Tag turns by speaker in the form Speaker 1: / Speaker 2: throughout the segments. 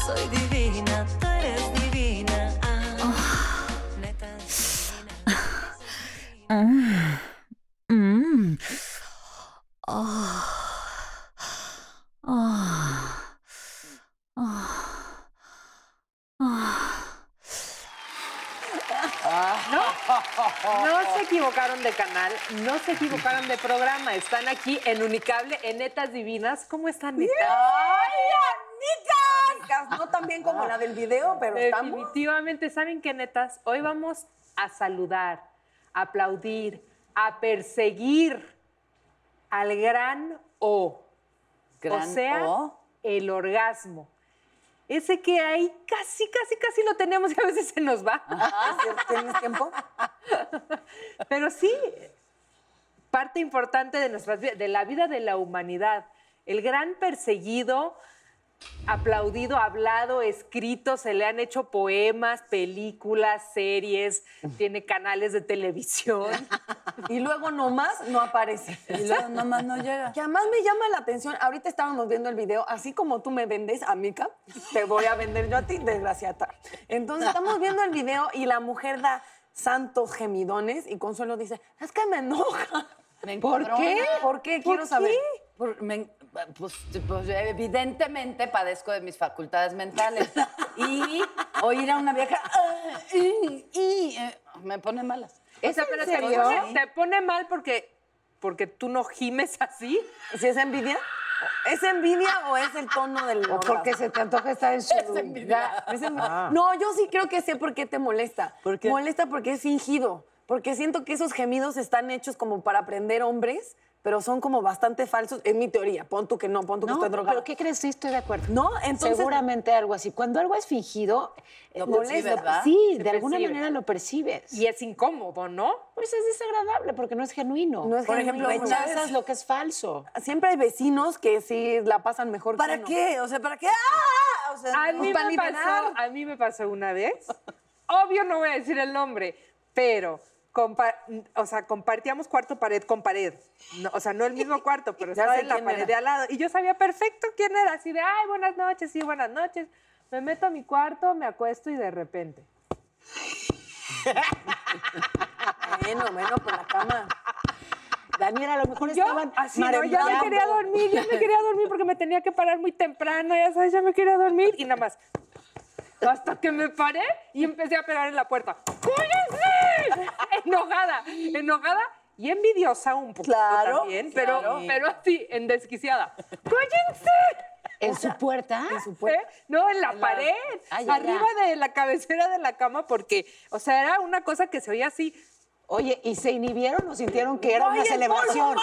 Speaker 1: Soy divina, tú eres divina. Neta divina.
Speaker 2: No se equivocaron de canal, no se equivocaron de programa. Están aquí en Unicable, en Netas Divinas. ¿Cómo están, Netas?
Speaker 3: ¡Ay, amigas! No tan bien como la del video, pero estamos.
Speaker 2: Definitivamente, ¿saben qué, Netas? Hoy vamos a saludar, a aplaudir, a perseguir al gran O.
Speaker 4: Gran
Speaker 2: o sea,
Speaker 4: O.
Speaker 2: el orgasmo. Ese que ahí casi lo tenemos y a veces se nos va.
Speaker 3: ¿Tienes tiempo?
Speaker 2: Pero sí, parte importante de nuestras vidas, de la vida de la humanidad. El gran perseguido, aplaudido, hablado, escrito, se le han hecho poemas, películas, series, tiene canales de televisión.
Speaker 3: Y luego nomás no aparece.
Speaker 4: Y luego nomás no llega.
Speaker 3: Que además me llama la atención, ahorita estábamos viendo el video, así como tú me vendes a Mica, te voy a vender yo a ti, desgraciada. Entonces estamos viendo el video y la mujer da santos gemidones y Consuelo dice, es que me enoja.
Speaker 4: ¿Por qué?
Speaker 3: ¿Por qué? Quiero saber.
Speaker 4: Pues evidentemente padezco de mis facultades mentales. Y oír a una vieja me pone malas.
Speaker 2: O sea, pero te pone mal porque tú no gimes así.
Speaker 3: ¿Si es envidia? ¿Es envidia o es el tono del
Speaker 5: O porque se te antoja estar en su
Speaker 4: envidia.
Speaker 5: lugar.
Speaker 3: No, yo sí creo que sé por qué te molesta.
Speaker 4: ¿Por qué?
Speaker 3: Molesta porque es fingido. Porque siento que esos gemidos están hechos como para aprender hombres, pero son como bastante falsos. Es mi teoría. Pon tú que no, pon tú que estoy drogada.
Speaker 5: ¿Pero qué crees? Sí, estoy de acuerdo.
Speaker 3: ¿No? Entonces...
Speaker 5: Seguramente algo así. Cuando algo es fingido,
Speaker 4: Lo
Speaker 5: molesta.
Speaker 4: percibes, ¿verdad?
Speaker 5: Sí,
Speaker 2: Se
Speaker 5: de alguna
Speaker 2: percibe.
Speaker 5: manera lo percibes.
Speaker 2: Y es incómodo, ¿no?
Speaker 5: Pues es desagradable porque no es genuino.
Speaker 3: No es
Speaker 5: Por
Speaker 3: genuino,
Speaker 5: ejemplo,
Speaker 3: muchas
Speaker 5: rechazas lo que es falso.
Speaker 3: Siempre hay vecinos que sí la pasan mejor
Speaker 4: ¿Para
Speaker 3: que uno.
Speaker 4: qué? O sea, ¿para qué? ¡Ah! O sea,
Speaker 2: A mí,
Speaker 3: para
Speaker 2: a mí me pasó una vez. Obvio no voy a decir el nombre, pero compartíamos cuarto pared con pared. No, o sea, no el mismo cuarto, pero
Speaker 3: Ya
Speaker 2: estaba
Speaker 3: sé
Speaker 2: en la
Speaker 3: quién
Speaker 2: pared
Speaker 3: era.
Speaker 2: de al lado. Y yo sabía perfecto quién era. Así de, ay, buenas noches, sí, buenas noches. Me meto a mi cuarto, me acuesto y de repente.
Speaker 3: Bueno, por la cama.
Speaker 5: Daniela, a lo mejor
Speaker 2: Yo,
Speaker 5: estaban
Speaker 2: así, no, ya me quería dormir, porque me tenía que parar muy temprano, ya sabes, ya me quería dormir. Y nada más, hasta que me paré y empecé a pegar en la puerta. ¡Cállense! Enojada y envidiosa un poco también, pero así, en desquiciada. ¡Cállense!
Speaker 5: ¿En su puerta?
Speaker 2: No, en la pared,
Speaker 5: ya.
Speaker 2: arriba de la cabecera de la cama, porque, o sea, era una cosa que se oía así.
Speaker 5: Oye, ¿y se inhibieron o sintieron que era una celebración?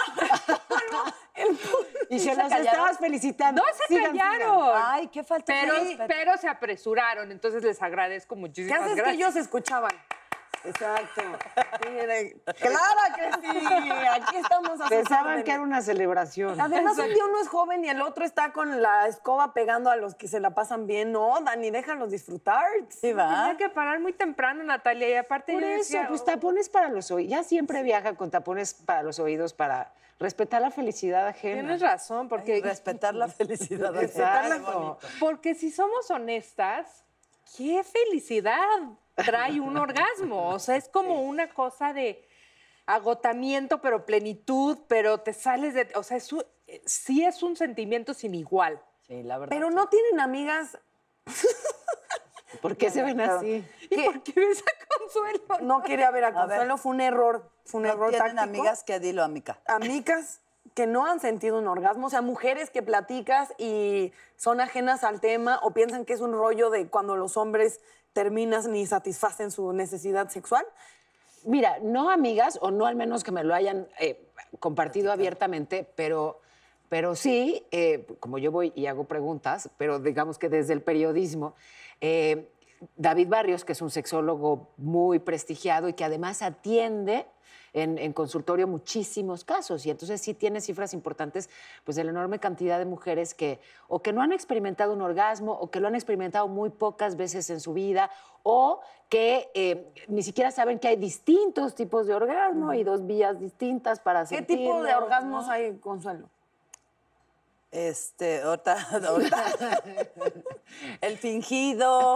Speaker 5: Y se los estabas felicitando.
Speaker 2: No se
Speaker 5: Sigan,
Speaker 2: callaron.
Speaker 4: Ay, qué falta de respeto.
Speaker 2: Pero se apresuraron, entonces les agradezco
Speaker 3: ¿Qué
Speaker 2: muchísimas
Speaker 3: haces
Speaker 2: gracias.
Speaker 3: que ellos escuchaban? Exacto. ¡Claro que sí! Aquí estamos a sus
Speaker 5: Pensaban
Speaker 3: órdenes.
Speaker 5: que era una celebración.
Speaker 3: Además, un día uno es joven y el otro está con la escoba pegando a los que se la pasan bien. No, Dani, déjalos disfrutar.
Speaker 4: Sí, va.
Speaker 2: Tenía que parar muy temprano, Natalia, y aparte
Speaker 5: Por
Speaker 2: yo
Speaker 5: eso,
Speaker 2: decía,
Speaker 5: pues tapones para los oídos. Ya siempre viaja con tapones para los oídos para respetar la felicidad ajena.
Speaker 2: tienes razón, porque,
Speaker 4: Respetar la felicidad.
Speaker 5: Exacto.
Speaker 2: porque si somos honestas, qué felicidad trae un orgasmo. O sea, es como una cosa de agotamiento, pero plenitud, pero te sales de... O sea, sí es un sentimiento sin igual.
Speaker 4: Sí, la verdad.
Speaker 3: Pero no tienen amigas.
Speaker 5: ¿Por qué se ven así?
Speaker 2: ¿Y por qué ves a Consuelo?
Speaker 3: No quería ver a Consuelo, fue un error. Fue un
Speaker 4: ¿No
Speaker 3: error
Speaker 4: tienen
Speaker 3: táctico.
Speaker 4: amigas que dilo, amiga?
Speaker 3: Amigas que no han sentido un orgasmo, o sea, mujeres que platicas y son ajenas al tema o piensan que es un rollo de cuando los hombres terminan ni satisfacen su necesidad sexual.
Speaker 5: Mira, no amigas, o no al menos que me lo hayan compartido abiertamente, pero sí, como yo voy y hago preguntas, pero digamos que desde el periodismo, David Barrios, que es un sexólogo muy prestigiado y que además atiende en consultorio muchísimos casos, y entonces sí tiene cifras importantes pues de la enorme cantidad de mujeres que o que no han experimentado un orgasmo o que lo han experimentado muy pocas veces en su vida o que ni siquiera saben que hay distintos tipos de orgasmo y dos vías distintas para
Speaker 3: ¿Qué
Speaker 5: sentirlo.
Speaker 3: tipo de orgasmos hay, Consuelo?
Speaker 4: Ahorita. el fingido,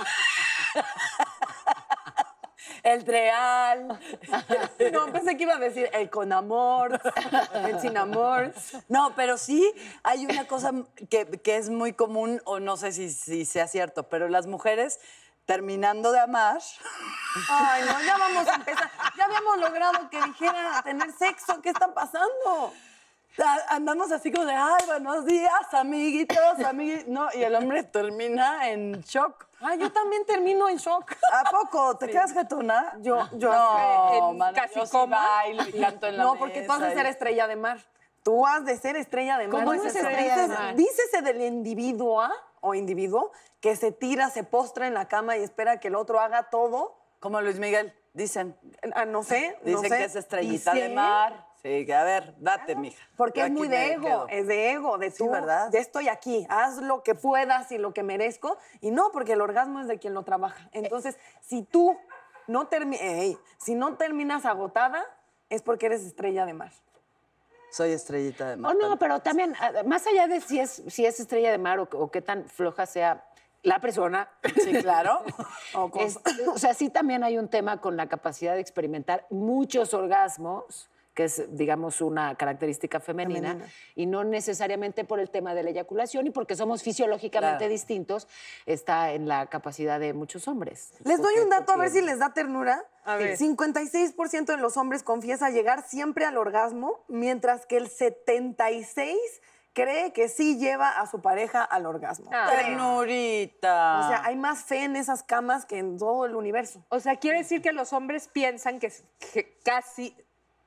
Speaker 4: el real.
Speaker 3: No, pensé que iba a decir el con amor, el sin amor.
Speaker 4: No, pero sí hay una cosa que es muy común, o no sé si sea cierto, pero las mujeres terminando de amar,
Speaker 3: Ay, no, ya vamos a empezar. Ya habíamos logrado que dijera tener sexo. ¿Qué está pasando?
Speaker 4: andamos así como de, ay, buenos días, amiguitos, no, y el hombre termina en shock.
Speaker 3: Ay, yo también termino en shock.
Speaker 4: ¿A poco? ¿Te quedas jetona?
Speaker 3: Yo
Speaker 4: No,
Speaker 2: en
Speaker 4: mano,
Speaker 2: casi
Speaker 4: yo sí
Speaker 2: coma.
Speaker 4: bailo y canto en la
Speaker 3: No, porque tú has de
Speaker 4: mesa
Speaker 3: ser
Speaker 4: y-
Speaker 3: estrella de mar. Tú has de ser estrella de mar.
Speaker 5: ¿Cómo es
Speaker 3: Dices-
Speaker 5: estrella de
Speaker 3: dices-
Speaker 5: mar?
Speaker 3: Dícese del individuo o individuo que se tira, se postra en la cama y espera que el otro haga todo.
Speaker 4: Como Luis Miguel, dicen.
Speaker 3: No sé, no
Speaker 4: Dicen
Speaker 3: sé.
Speaker 4: que es estrellita de
Speaker 3: Dicen,
Speaker 4: mar. Sí, que a ver, date, mija.
Speaker 3: Porque
Speaker 4: Yo
Speaker 3: es
Speaker 4: aquí
Speaker 3: muy
Speaker 4: me
Speaker 3: de ego,
Speaker 4: quedo.
Speaker 3: es de ego, de
Speaker 4: Sí,
Speaker 3: tú,
Speaker 4: ¿verdad?
Speaker 3: ya estoy aquí, haz lo que puedas y lo que merezco. Y no, porque el orgasmo es de quien lo trabaja. Entonces, si tú no, si no terminas agotada, es porque eres estrella de mar.
Speaker 4: Soy estrellita de
Speaker 5: Oh,
Speaker 4: mar.
Speaker 5: no, pero también, más allá de si es estrella de mar o qué tan floja sea la persona.
Speaker 4: Sí, claro.
Speaker 5: O sea, sí también hay un tema con la capacidad de experimentar muchos orgasmos, que es, digamos, una característica femenina, y no necesariamente por el tema de la eyaculación y porque somos fisiológicamente
Speaker 4: Claro.
Speaker 5: distintos, está en la capacidad de muchos hombres.
Speaker 3: Les doy
Speaker 5: Porque-
Speaker 3: un dato a ver
Speaker 5: porque-
Speaker 3: si les da ternura.
Speaker 2: A ver.
Speaker 3: 56% de los hombres confiesa llegar siempre al orgasmo, mientras que el 76% cree que sí lleva a su pareja al orgasmo.
Speaker 2: Ah.
Speaker 4: Ternurita.
Speaker 3: O sea, hay más fe en esas camas que en todo el universo.
Speaker 2: O sea, quiere decir que los hombres piensan que casi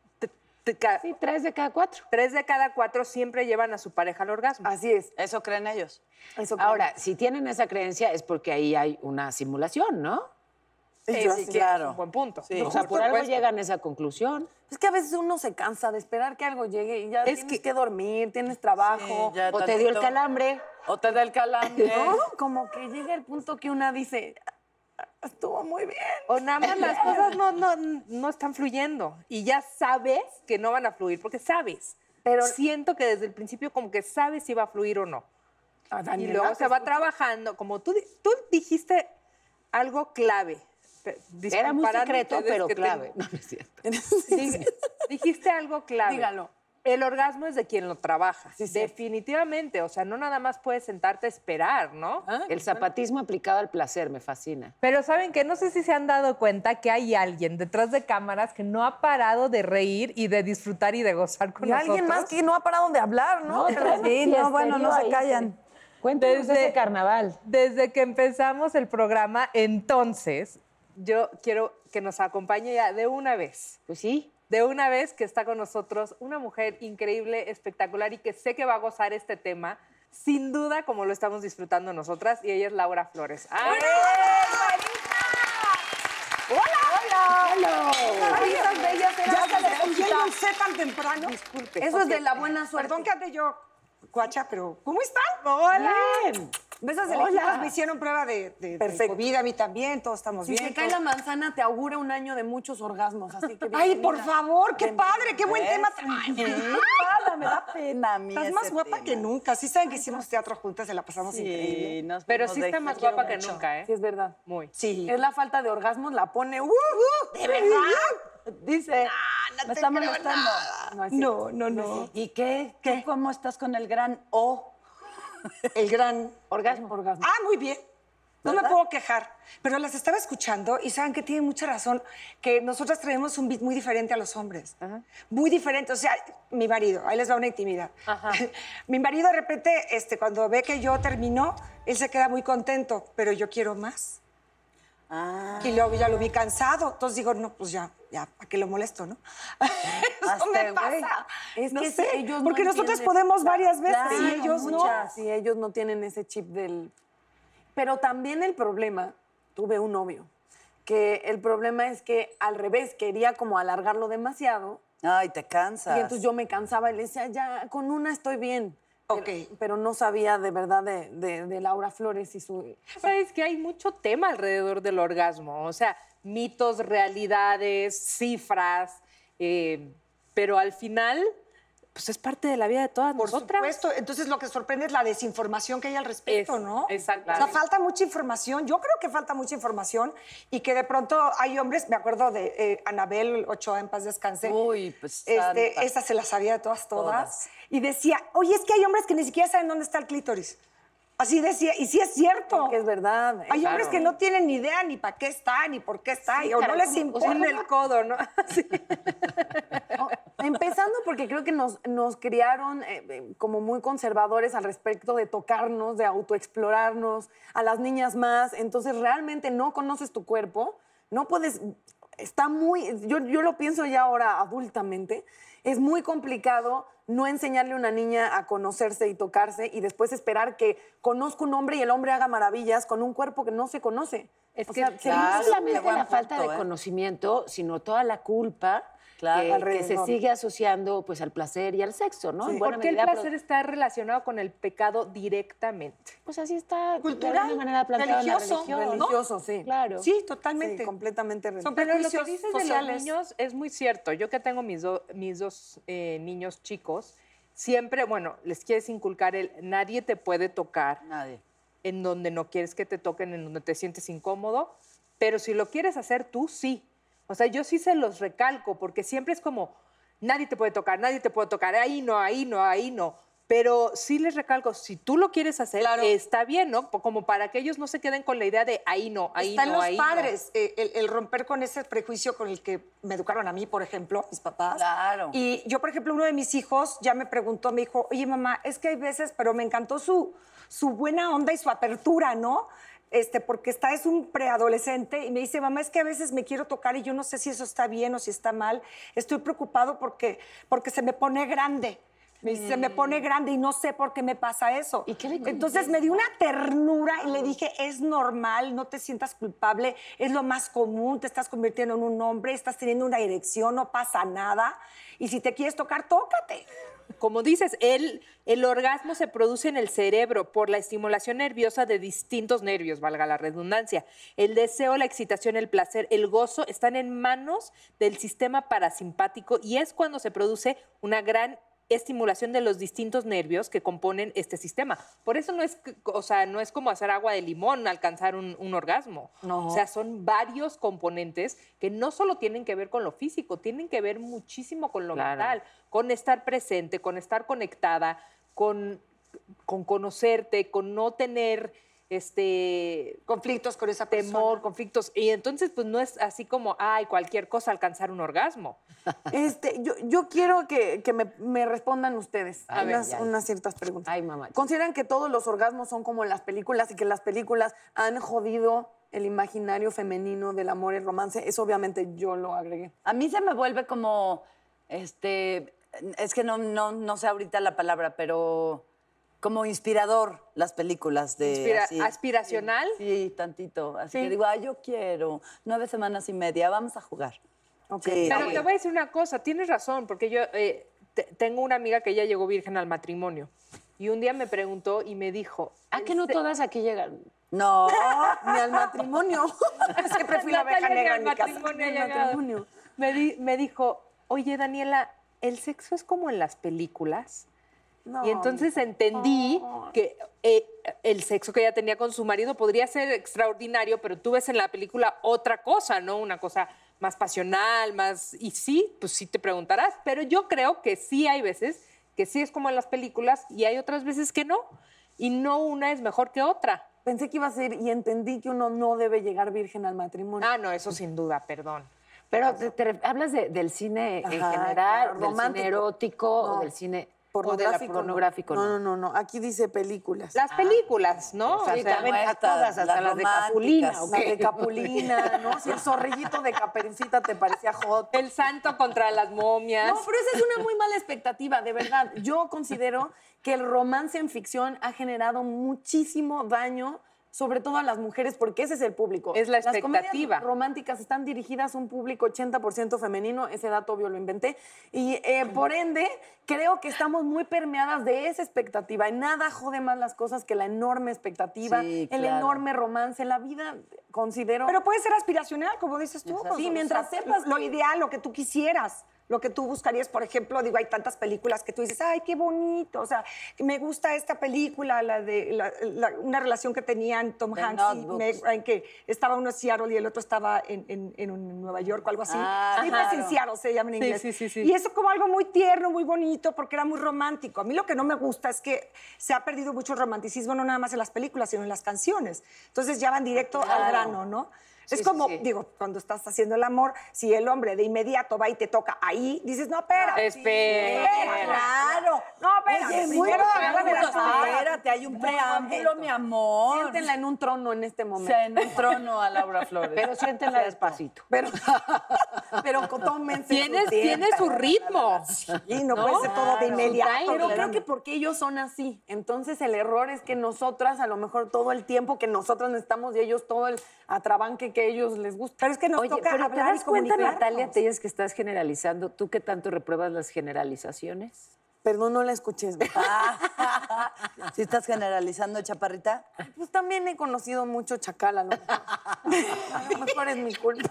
Speaker 5: Sí, 3 de cada 4.
Speaker 2: 3 de cada 4 siempre llevan a su pareja al orgasmo.
Speaker 3: Así es.
Speaker 4: Eso creen ellos.
Speaker 3: Eso creo.
Speaker 5: Ahora, si tienen esa creencia es porque ahí hay una simulación, ¿no?
Speaker 2: Sí,
Speaker 3: yo
Speaker 2: sí,
Speaker 3: así.
Speaker 2: claro. Es un buen punto.
Speaker 4: Sí.
Speaker 5: O sea, por algo llegan a esa conclusión.
Speaker 3: Es que a veces uno se cansa de esperar que algo llegue y ya
Speaker 2: Es
Speaker 3: tienes que dormir, tienes trabajo.
Speaker 4: Sí, ya
Speaker 5: O te dio el
Speaker 4: tantito.
Speaker 5: calambre.
Speaker 4: O te da el calambre.
Speaker 3: ¿No? Como que llega el punto que una dice, estuvo muy bien.
Speaker 2: O nada más las cosas no están fluyendo y ya sabes que no van a fluir porque sabes.
Speaker 3: Pero-
Speaker 2: siento que desde el principio como que sabes si va a fluir o no.
Speaker 3: Ah,
Speaker 2: Y
Speaker 3: Daniela,
Speaker 2: luego
Speaker 3: te
Speaker 2: se va
Speaker 3: escucho.
Speaker 2: trabajando. Como tú dijiste algo clave.
Speaker 5: Era muy
Speaker 2: Disculparán
Speaker 5: secreto,
Speaker 2: ustedes
Speaker 5: pero
Speaker 2: que
Speaker 5: clave. No, no es cierto.
Speaker 2: Dijiste algo clave.
Speaker 3: Dígalo.
Speaker 2: El orgasmo es de quien lo trabaja.
Speaker 3: Sí, sí.
Speaker 2: Definitivamente. O sea, no nada más puedes sentarte a esperar, ¿no?
Speaker 5: El zapatismo aplicado al placer me fascina.
Speaker 2: Pero ¿saben qué? No sé si se han dado cuenta que hay alguien detrás de cámaras que no ha parado de reír y de disfrutar y de gozar con
Speaker 3: Y
Speaker 2: nosotros.
Speaker 3: alguien más que no ha parado de hablar, ¿no?
Speaker 6: Sí, no, bueno, no se callan.
Speaker 5: Cuéntanos
Speaker 2: Desde-
Speaker 5: ese carnaval.
Speaker 2: Desde que empezamos el programa, entonces, yo quiero que nos acompañe ya de una vez.
Speaker 5: Pues sí.
Speaker 2: De una vez que está con nosotros una mujer increíble, espectacular y que sé que va a gozar este tema, sin duda como lo estamos disfrutando nosotras, y ella es Laura Flores. ¡Ah!
Speaker 3: Caritas bellas,
Speaker 6: Ya se les
Speaker 3: eran-
Speaker 6: cumplió el C tan temprano.
Speaker 3: Eso es de la buena suerte.
Speaker 6: Perdón que ande yo, guacha, pero ¿cómo están?
Speaker 2: ¡Hola!
Speaker 5: Bien.
Speaker 6: Besas elegidas me hicieron prueba de
Speaker 3: Perfecto.
Speaker 6: COVID, a mí también, todos estamos
Speaker 3: Si
Speaker 6: bien.
Speaker 3: se cae
Speaker 6: todos-
Speaker 3: la manzana, te augura un año de muchos orgasmos, así que
Speaker 6: Ay, por
Speaker 3: bienvenida.
Speaker 6: favor, qué padre, qué buen tema.
Speaker 4: Nada, me da pena a mí
Speaker 6: Estás
Speaker 4: ese
Speaker 6: más guapa
Speaker 4: tema.
Speaker 6: que nunca. Sí saben que hicimos teatro juntas, se la pasamos increíble.
Speaker 4: Sí, nos
Speaker 2: Pero
Speaker 4: fuimos
Speaker 2: sí
Speaker 4: de
Speaker 2: está más
Speaker 4: gira.
Speaker 2: guapa que
Speaker 6: mucho.
Speaker 2: nunca, ¿eh?
Speaker 3: Sí, es verdad.
Speaker 2: Muy.
Speaker 6: Sí.
Speaker 3: Es la falta de orgasmos, la pone.
Speaker 6: ¿De verdad?
Speaker 4: Dice, me está molestando.
Speaker 3: No, es cierto.
Speaker 6: No.
Speaker 4: ¿Y qué? ¿Tú cómo estás con el gran O?
Speaker 6: El gran
Speaker 3: Orgasmo.
Speaker 6: Ah, muy bien. No me
Speaker 4: ¿Verdad?
Speaker 6: puedo quejar, pero las estaba escuchando y saben que tienen mucha razón, que nosotras traemos un beat muy diferente a los hombres. Muy diferente. O sea, mi marido, ahí les va una intimidad. Mi marido de repente, cuando ve que yo termino, él se queda muy contento, pero yo quiero más.
Speaker 4: Ah,
Speaker 6: Y luego ya lo vi cansado. Entonces digo, no, pues ya, ¿para qué lo molesto, no? Eso me
Speaker 4: güey.
Speaker 6: pasa.
Speaker 3: Es
Speaker 6: No
Speaker 3: que
Speaker 6: sé,
Speaker 3: si ellos no
Speaker 6: porque nosotros
Speaker 3: entienden-
Speaker 6: podemos varias veces
Speaker 3: Claro,
Speaker 6: y ellos no.
Speaker 3: muchas. Sí, ellos no tienen ese chip del... Pero también el problema, tuve un novio, que el problema es que al revés, quería como alargarlo demasiado
Speaker 4: ay, te cansas.
Speaker 3: y entonces yo me cansaba y le decía, ya, con una estoy bien.
Speaker 6: Ok.
Speaker 3: Pero no sabía de verdad de Laura Flores y su...
Speaker 2: Sabes que hay mucho tema alrededor del orgasmo, o sea, mitos, realidades, cifras, pero al final pues es parte de la vida de todas
Speaker 6: Por
Speaker 2: nosotras.
Speaker 6: supuesto. Entonces, lo que sorprende es la desinformación que hay al respecto,
Speaker 2: Es-
Speaker 6: ¿no?
Speaker 2: exacto.
Speaker 6: O sea, falta mucha información. Yo creo que falta mucha información y que de pronto hay hombres, me acuerdo de Anabel Ochoa, en paz descanse.
Speaker 4: Uy, pues, santa.
Speaker 6: esa se la sabía de todas.
Speaker 4: Todas.
Speaker 6: Y decía, oye, es que hay hombres que ni siquiera saben dónde está el clítoris. Así decía, y sí es cierto.
Speaker 3: Que es verdad.
Speaker 6: Hay hombres que no tienen ni idea ni para qué está, ni por qué está, o no
Speaker 2: Caray,
Speaker 6: les
Speaker 2: como-
Speaker 6: importa.
Speaker 2: en el codo, ¿no? Sí.
Speaker 3: No, empezando porque creo que nos criaron como muy conservadores al respecto de tocarnos, de autoexplorarnos, a las niñas más. Entonces, realmente no conoces tu cuerpo, no puedes. Está muy. Yo lo pienso ya ahora adultamente. Es muy complicado no enseñarle a una niña a conocerse y tocarse y después esperar que conozca un hombre y el hombre haga maravillas con un cuerpo que no se conoce.
Speaker 2: Es
Speaker 3: O
Speaker 2: que
Speaker 3: sea,
Speaker 2: claro,
Speaker 3: sería
Speaker 5: No solamente
Speaker 4: qué buen
Speaker 5: la falta
Speaker 4: punto,
Speaker 5: de
Speaker 4: ¿eh?
Speaker 5: conocimiento, sino toda la culpa
Speaker 4: Claro,
Speaker 5: que se
Speaker 3: alrededor.
Speaker 5: sigue asociando pues al placer y al sexo, ¿no?
Speaker 3: Sí.
Speaker 5: En buena
Speaker 2: ¿Por qué el
Speaker 5: medida,
Speaker 2: placer está relacionado con el pecado directamente?
Speaker 5: pues así está
Speaker 6: Cultural,
Speaker 5: de alguna manera planteado
Speaker 6: religioso,
Speaker 5: en la religión.
Speaker 3: religioso, sí.
Speaker 5: Claro.
Speaker 6: Sí,
Speaker 3: Sí,
Speaker 6: totalmente.
Speaker 3: completamente religioso.
Speaker 6: Son
Speaker 2: Pero lo que
Speaker 6: prejuicios
Speaker 2: dices de los
Speaker 6: sociales.
Speaker 2: niños es muy cierto. Yo que tengo mis dos niños chicos, siempre, bueno, les quieres inculcar el nadie te puede tocar
Speaker 4: Nadie.
Speaker 2: en donde no quieres que te toquen, en donde te sientes incómodo, pero si lo quieres hacer tú, sí. O sea, yo sí se los recalco, porque siempre es como, nadie te puede tocar, ahí no, ahí no, ahí no. Pero sí les recalco, si tú lo quieres hacer,
Speaker 6: Claro.
Speaker 2: está bien, ¿no? Como para que ellos no se queden con la idea de ahí no, ahí
Speaker 6: Está en
Speaker 2: no,
Speaker 6: los
Speaker 2: ahí no.
Speaker 6: padres, el romper con ese prejuicio con el que me educaron a mí, por ejemplo, mis papás.
Speaker 4: Claro.
Speaker 6: Y yo, por ejemplo, uno de mis hijos ya me preguntó, me dijo, oye, mamá, es que hay veces, pero me encantó su buena onda y su apertura, ¿no? Porque es un preadolescente y me dice, mamá, es que a veces me quiero tocar y yo no sé si eso está bien o si está mal. Estoy preocupado porque se me pone grande. Me dice, se me pone grande y no sé por qué me pasa eso.
Speaker 5: ¿Y qué le
Speaker 6: Entonces me dio una ternura y le dije, es normal, no te sientas culpable, es lo más común, te estás convirtiendo en un hombre, estás teniendo una erección, no pasa nada. Y si te quieres tocar, tócate.
Speaker 2: Como dices, el orgasmo se produce en el cerebro por la estimulación nerviosa de distintos nervios, valga la redundancia. El deseo, la excitación, el placer, el gozo están en manos del sistema parasimpático y es cuando se produce una gran estimulación de los distintos nervios que componen este sistema. Por eso no es, o sea, no es como hacer agua de limón, alcanzar un orgasmo.
Speaker 3: No.
Speaker 2: O sea, son varios componentes que no solo tienen que ver con lo físico, tienen que ver muchísimo con lo
Speaker 5: Claro.
Speaker 2: mental, con estar presente, con estar conectada, con conocerte, con no tener
Speaker 6: Conflictos con esa
Speaker 2: temor,
Speaker 6: persona.
Speaker 2: conflictos. Y entonces, pues no es así como, ay, cualquier cosa alcanzar un orgasmo.
Speaker 3: Yo quiero que me respondan ustedes
Speaker 5: A ver,
Speaker 3: unas ciertas preguntas.
Speaker 5: Ay, mamá.
Speaker 3: ¿Consideran que todos los orgasmos son como en las películas y que las películas han jodido el imaginario femenino del amor y el romance? Eso obviamente yo lo agregué.
Speaker 4: A mí se me vuelve como, es que no sé ahorita la palabra, pero como inspirador las películas de así.
Speaker 2: ¿Aspiracional?
Speaker 4: Sí, tantito. Así que digo, yo quiero 9 semanas y media, vamos a jugar. Sí,
Speaker 2: Pero te voy a decir una cosa, tienes razón, porque yo tengo una amiga que ella llegó virgen al matrimonio y un día me preguntó y me dijo,
Speaker 5: ¿A que no todas aquí llegan?
Speaker 4: No,
Speaker 3: Ni al matrimonio.
Speaker 6: Siempre fui la oveja
Speaker 2: Natalia
Speaker 6: negra
Speaker 2: al
Speaker 6: en mi casa.
Speaker 2: matrimonio ha
Speaker 3: Al
Speaker 2: llegado.
Speaker 3: matrimonio.
Speaker 2: Me dijo, oye, Daniela, ¿el sexo es como en las películas?
Speaker 3: No,
Speaker 2: Y entonces entendí que el sexo que ella tenía con su marido podría ser extraordinario, pero tú ves en la película otra cosa, ¿no? Una cosa más pasional, más... Y sí, pues sí te preguntarás, pero yo creo que sí hay veces que sí es como en las películas y hay otras veces que no. Y no una es mejor que otra.
Speaker 3: Pensé que iba a ser y entendí que uno no debe llegar virgen al matrimonio.
Speaker 2: Ah, no, eso sin duda, perdón.
Speaker 5: Pero hablas del cine en
Speaker 3: Ajá,
Speaker 5: general,
Speaker 3: claro,
Speaker 5: del
Speaker 3: romántico.
Speaker 5: cine erótico
Speaker 3: No.
Speaker 5: o del cine
Speaker 3: Pornográfico.
Speaker 5: o de la pornográfico.
Speaker 3: No. Aquí dice películas.
Speaker 2: Las películas, ¿no?
Speaker 5: O sea,
Speaker 2: O sea,
Speaker 5: también a
Speaker 4: estas,
Speaker 5: todas, hasta
Speaker 4: las
Speaker 5: las de Capulina.
Speaker 4: románticas.
Speaker 5: ¿o
Speaker 3: Las
Speaker 5: qué?
Speaker 3: de Capulina, ¿no? Si el zorrillito de Caperucita te parecía hot.
Speaker 2: el santo contra las momias.
Speaker 3: No, pero esa es una muy mala expectativa, de verdad. Yo considero que el romance en ficción ha generado muchísimo daño, sobre todo a las mujeres, porque ese es el público.
Speaker 2: Es la
Speaker 3: Las
Speaker 2: expectativa.
Speaker 3: comedias románticas están dirigidas a un público 80% femenino, ese dato obvio lo inventé, y por ende creo que estamos muy permeadas de esa expectativa, y nada jode más las cosas que la enorme expectativa,
Speaker 4: Sí,
Speaker 3: el
Speaker 4: claro.
Speaker 3: enorme romance, la vida considero...
Speaker 6: Pero puede ser aspiracional, como dices tú.
Speaker 3: Sí, mientras sepas
Speaker 6: lo
Speaker 3: que-
Speaker 6: ideal, lo que tú quisieras. lo que tú buscarías, por ejemplo, digo, hay tantas películas que tú dices, ay, qué bonito, o sea, me gusta esta película, la de una relación que tenían Tom
Speaker 4: The
Speaker 6: Hanks y
Speaker 4: Notebook.
Speaker 6: Meg Ryan, que estaba uno en Seattle y el otro estaba en Nueva York o algo así.
Speaker 4: Ah,
Speaker 6: Sleepless in
Speaker 4: claro.
Speaker 6: Seattle se llama en
Speaker 2: Sí,
Speaker 6: inglés.
Speaker 2: sí.
Speaker 6: Y eso como algo muy tierno, muy bonito, porque era muy romántico. A mí lo que no me gusta es que se ha perdido mucho el romanticismo, no nada más en las películas, sino en las canciones. Entonces ya van directo al grano, ¿no? Es
Speaker 5: Sí,
Speaker 6: como,
Speaker 5: sí, sí.
Speaker 6: digo, cuando estás haciendo el amor, si el hombre de inmediato va y te toca ahí, dices, no, espera.
Speaker 2: Espera.
Speaker 4: Claro.
Speaker 6: No, espera.
Speaker 4: Oye, muy
Speaker 6: primero agárrame la
Speaker 4: bonito.
Speaker 6: cara.
Speaker 4: Espérate, hay un preámbulo, mi amor.
Speaker 3: Siéntenla en un trono en este momento.
Speaker 4: Se en un trono a Laura Flores.
Speaker 5: Pero siéntenla despacito.
Speaker 3: Pero tómense
Speaker 2: Tiene su ritmo.
Speaker 6: Y no puede ser todo de inmediato.
Speaker 3: Pero creo que porque ellos son así. Entonces el error es que nosotras, a lo mejor todo el tiempo que nosotras necesitamos y ellos todo el atrabanque que a ellos les gusta.
Speaker 6: Pero es que nos
Speaker 5: Oye,
Speaker 6: toca
Speaker 5: pero ¿te
Speaker 6: hablar y
Speaker 5: das cuenta,
Speaker 6: comunicarnos.
Speaker 5: Natalia Telles, que estás generalizando? ¿Tú qué tanto repruebas las generalizaciones?
Speaker 3: Perdón, no la escuché.
Speaker 4: ¿Sí estás generalizando, chaparrita?
Speaker 3: Pues también he conocido mucho chacal, a lo mejor. A lo mejor es mi culpa.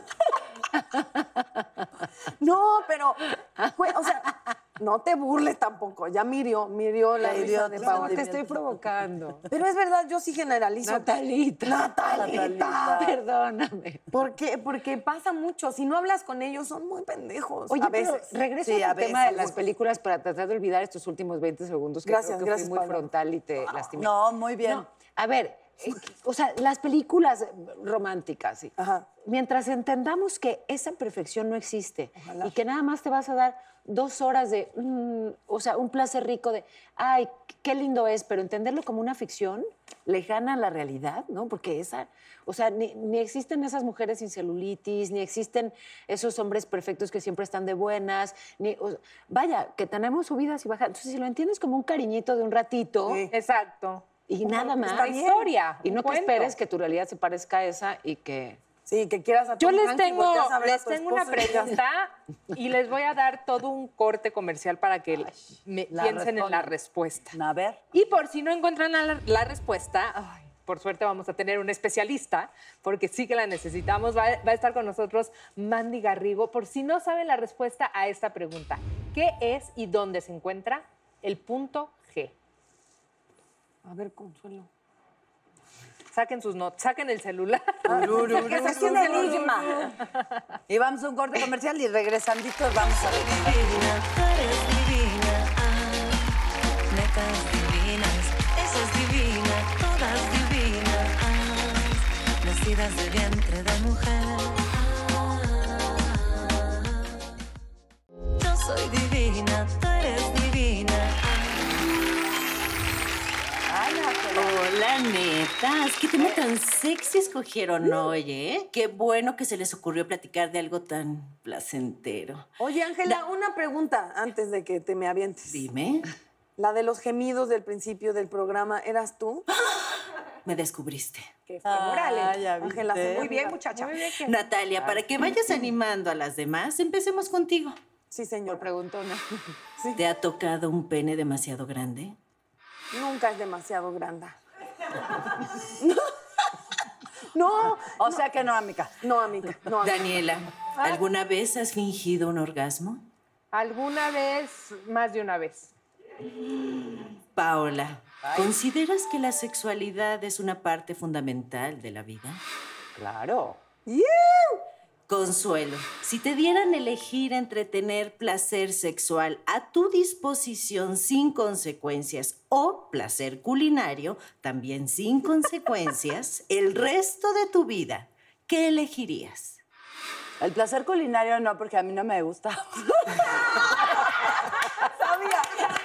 Speaker 3: No, pero, o sea, no te burles tampoco. Ya mirió la risa de Paola.
Speaker 5: Te estoy provocando.
Speaker 3: Pero es verdad, yo sí generalizo. Natalita.
Speaker 5: Perdóname.
Speaker 3: ¿Por qué? Porque pasa mucho. Si no hablas con ellos, son muy pendejos.
Speaker 5: Oye,
Speaker 3: a
Speaker 5: pero
Speaker 3: veces.
Speaker 5: regreso
Speaker 4: Sí,
Speaker 5: a
Speaker 4: a
Speaker 5: tu tema de
Speaker 4: veces.
Speaker 5: las películas para tratar de olvidar estos últimos 20 segundos que
Speaker 3: Gracias,
Speaker 5: creo que
Speaker 3: gracias,
Speaker 5: fui muy
Speaker 3: Paula.
Speaker 5: frontal y te lastimé.
Speaker 4: No, muy bien.
Speaker 5: No, a ver, o sea, las películas románticas, sí.
Speaker 3: Ajá.
Speaker 5: Mientras entendamos que esa perfección no existe y que nada más te vas a dar 2 horas de, o sea, un placer rico de, ay, qué lindo es, pero entenderlo como una ficción lejana a la realidad, ¿no? Porque esa, o sea, ni existen esas mujeres sin celulitis, ni existen esos hombres perfectos que siempre están de buenas, vaya, que tenemos subidas y bajas. Entonces, si lo entiendes como un cariñito de un ratito
Speaker 2: Exacto.
Speaker 5: y nada más.
Speaker 2: Una historia.
Speaker 5: Y no
Speaker 2: un
Speaker 5: te
Speaker 2: cuento.
Speaker 5: esperes que tu realidad se parezca a esa y que...
Speaker 3: Sí, que quieras a
Speaker 2: Yo
Speaker 3: Tom
Speaker 2: les
Speaker 3: Hanks y
Speaker 2: tengo,
Speaker 3: volteas a ver a
Speaker 2: les
Speaker 3: tu
Speaker 2: tengo una
Speaker 3: esposo y digas,
Speaker 2: pregunta y les voy a dar todo un corte comercial para que piensen en la respuesta.
Speaker 4: A ver.
Speaker 2: Y por si no encuentran la respuesta, ay, por suerte vamos a tener un especialista, porque sí que la necesitamos. Va a estar con nosotros Mandy Garrigo. Por si no saben la respuesta a esta pregunta, ¿qué es y dónde se encuentra el punto G?
Speaker 3: A ver, Consuelo.
Speaker 2: Saquen sus notas, saquen el celular.
Speaker 6: Es un enigma.
Speaker 4: Y vamos a un corte comercial y regresanditos vamos a ver.
Speaker 1: Divina, tú eres divina. Netas divinas, esa es divina, todas divinas. Nacidas de vientre de mujer. Yo soy divina, tú eres divina.
Speaker 7: Hola, netas. ¿Qué tema tan sexy escogieron hoy, eh? Qué bueno que se les ocurrió platicar de algo tan placentero.
Speaker 3: Oye, Ángela, una pregunta antes de que te me avientes.
Speaker 7: Dime,
Speaker 3: La de los gemidos del principio del programa, ¿eras tú?
Speaker 7: me descubriste.
Speaker 6: Que fue órale.
Speaker 4: ya
Speaker 3: Ángela,
Speaker 4: viste.
Speaker 6: Muy bien, muchacha.
Speaker 7: Natalia, para que vayas animando a las demás, empecemos contigo.
Speaker 3: Sí, señor.
Speaker 5: Preguntona.
Speaker 7: ¿Te ha tocado un pene demasiado grande?
Speaker 3: Nunca es demasiado grande. No,
Speaker 4: O sea que no, amiga.
Speaker 3: no, amiga, no, amiga.
Speaker 7: Daniela, ¿alguna vez has fingido un orgasmo?
Speaker 2: ¿Alguna vez, más de una vez?
Speaker 7: Paola, ¿consideras que la sexualidad es una parte fundamental de la vida?
Speaker 5: Claro.
Speaker 7: Consuelo, si te dieran elegir entre tener placer sexual a tu disposición sin consecuencias o placer culinario, también sin consecuencias, el resto de tu vida, ¿qué elegirías?
Speaker 4: El placer culinario no, porque a mí no me gusta.
Speaker 3: Sabía.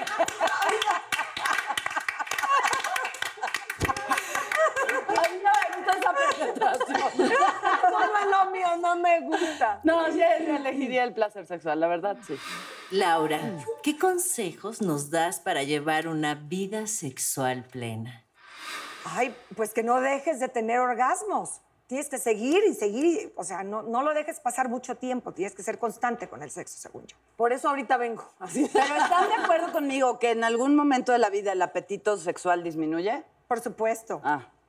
Speaker 4: A mí no me gusta esa penetración.
Speaker 3: Solo es lo mío, no me gusta.
Speaker 4: No, sí, yo elegiría el placer sexual, la verdad, sí.
Speaker 7: Laura, ¿qué consejos nos das para llevar una vida sexual plena?
Speaker 6: Ay, pues que no dejes de tener orgasmos. Tienes que seguir y seguir. O sea, no lo dejes pasar mucho tiempo. Tienes que ser constante con el sexo, según yo.
Speaker 3: Por eso ahorita vengo. Así.
Speaker 4: Pero ¿están de acuerdo conmigo que en algún momento de la vida el apetito sexual disminuye?
Speaker 6: Por supuesto.
Speaker 4: Ah.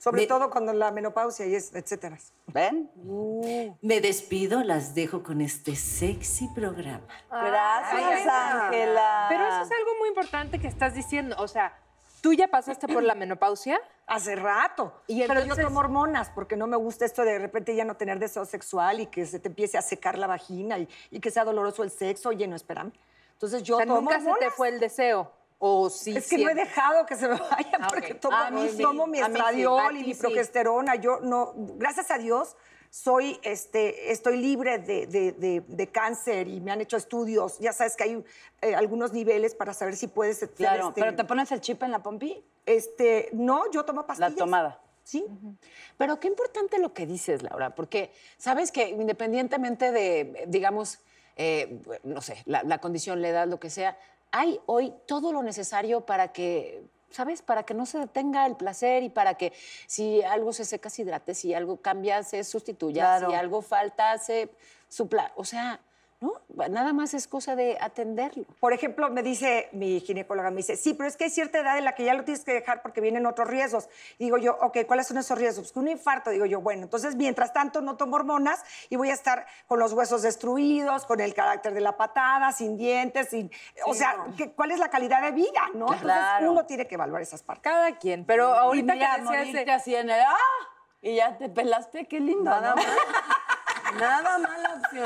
Speaker 6: Sobre todo cuando la menopausia y etcétera.
Speaker 4: ¿Ven?
Speaker 7: Me despido, las dejo con este sexy programa.
Speaker 4: Gracias, Ángela.
Speaker 2: Pero eso es algo muy importante que estás diciendo. O sea, ¿tú ya pasaste por la menopausia?
Speaker 6: Hace rato.
Speaker 2: Y
Speaker 6: Pero yo
Speaker 2: entonces-
Speaker 6: tomo hormonas porque no me gusta esto de repente ya no tener deseo sexual y que se te empiece a secar la vagina y que sea doloroso el sexo. Oye, no, espérame. Entonces yo
Speaker 2: O sea,
Speaker 6: tomo
Speaker 2: nunca se te
Speaker 6: hormonas.
Speaker 2: fue el deseo. O sí.
Speaker 6: Es que no he
Speaker 2: siempre?
Speaker 6: dejado que se me vaya porque tomo,
Speaker 4: A mí sí,
Speaker 6: tomo mi
Speaker 4: a mí sí,
Speaker 6: estradiol
Speaker 2: a
Speaker 6: y
Speaker 2: ti
Speaker 6: mi
Speaker 2: sí.
Speaker 6: progesterona. Yo no, gracias a Dios, estoy libre de cáncer y me han hecho estudios. Ya sabes que hay algunos niveles para saber si puedes ser,
Speaker 4: Claro, pero ¿te pones el chip en la pompi?
Speaker 6: no, yo tomo pastillas.
Speaker 4: La tomada.
Speaker 6: Sí.
Speaker 5: Pero qué importante lo que dices, Laura, porque sabes que independientemente de, digamos, no sé, la condición, la edad, lo que sea, hay hoy todo lo necesario para que, ¿sabes? Para que no se detenga el placer y para que si algo se seca, se hidrate, si algo cambia, se sustituya,
Speaker 4: Claro.
Speaker 5: si algo falta, se supla. O sea, ¿no? Nada más es cosa de atenderlo.
Speaker 6: Por ejemplo, me dice mi ginecóloga, me dice, sí, pero es que hay cierta edad en la que ya lo tienes que dejar porque vienen otros riesgos. Y digo yo, ok, ¿cuáles son esos riesgos? Pues un infarto. Digo yo, bueno, entonces mientras tanto no tomo hormonas y voy a estar con los huesos destruidos, con el carácter de la patada, sin dientes, o sea, ¿cuál es la calidad de vida, no? Entonces
Speaker 4: Claro.
Speaker 6: uno tiene que evaluar esas partes.
Speaker 2: Cada quien. Pero
Speaker 4: Y
Speaker 2: ahorita
Speaker 4: mira,
Speaker 2: que decías
Speaker 4: morirte
Speaker 2: de-
Speaker 4: así en el... ¡Ah! Y ya te pelaste, qué lindo,
Speaker 3: Nada
Speaker 4: ¿no?
Speaker 3: más. Nada más la opción.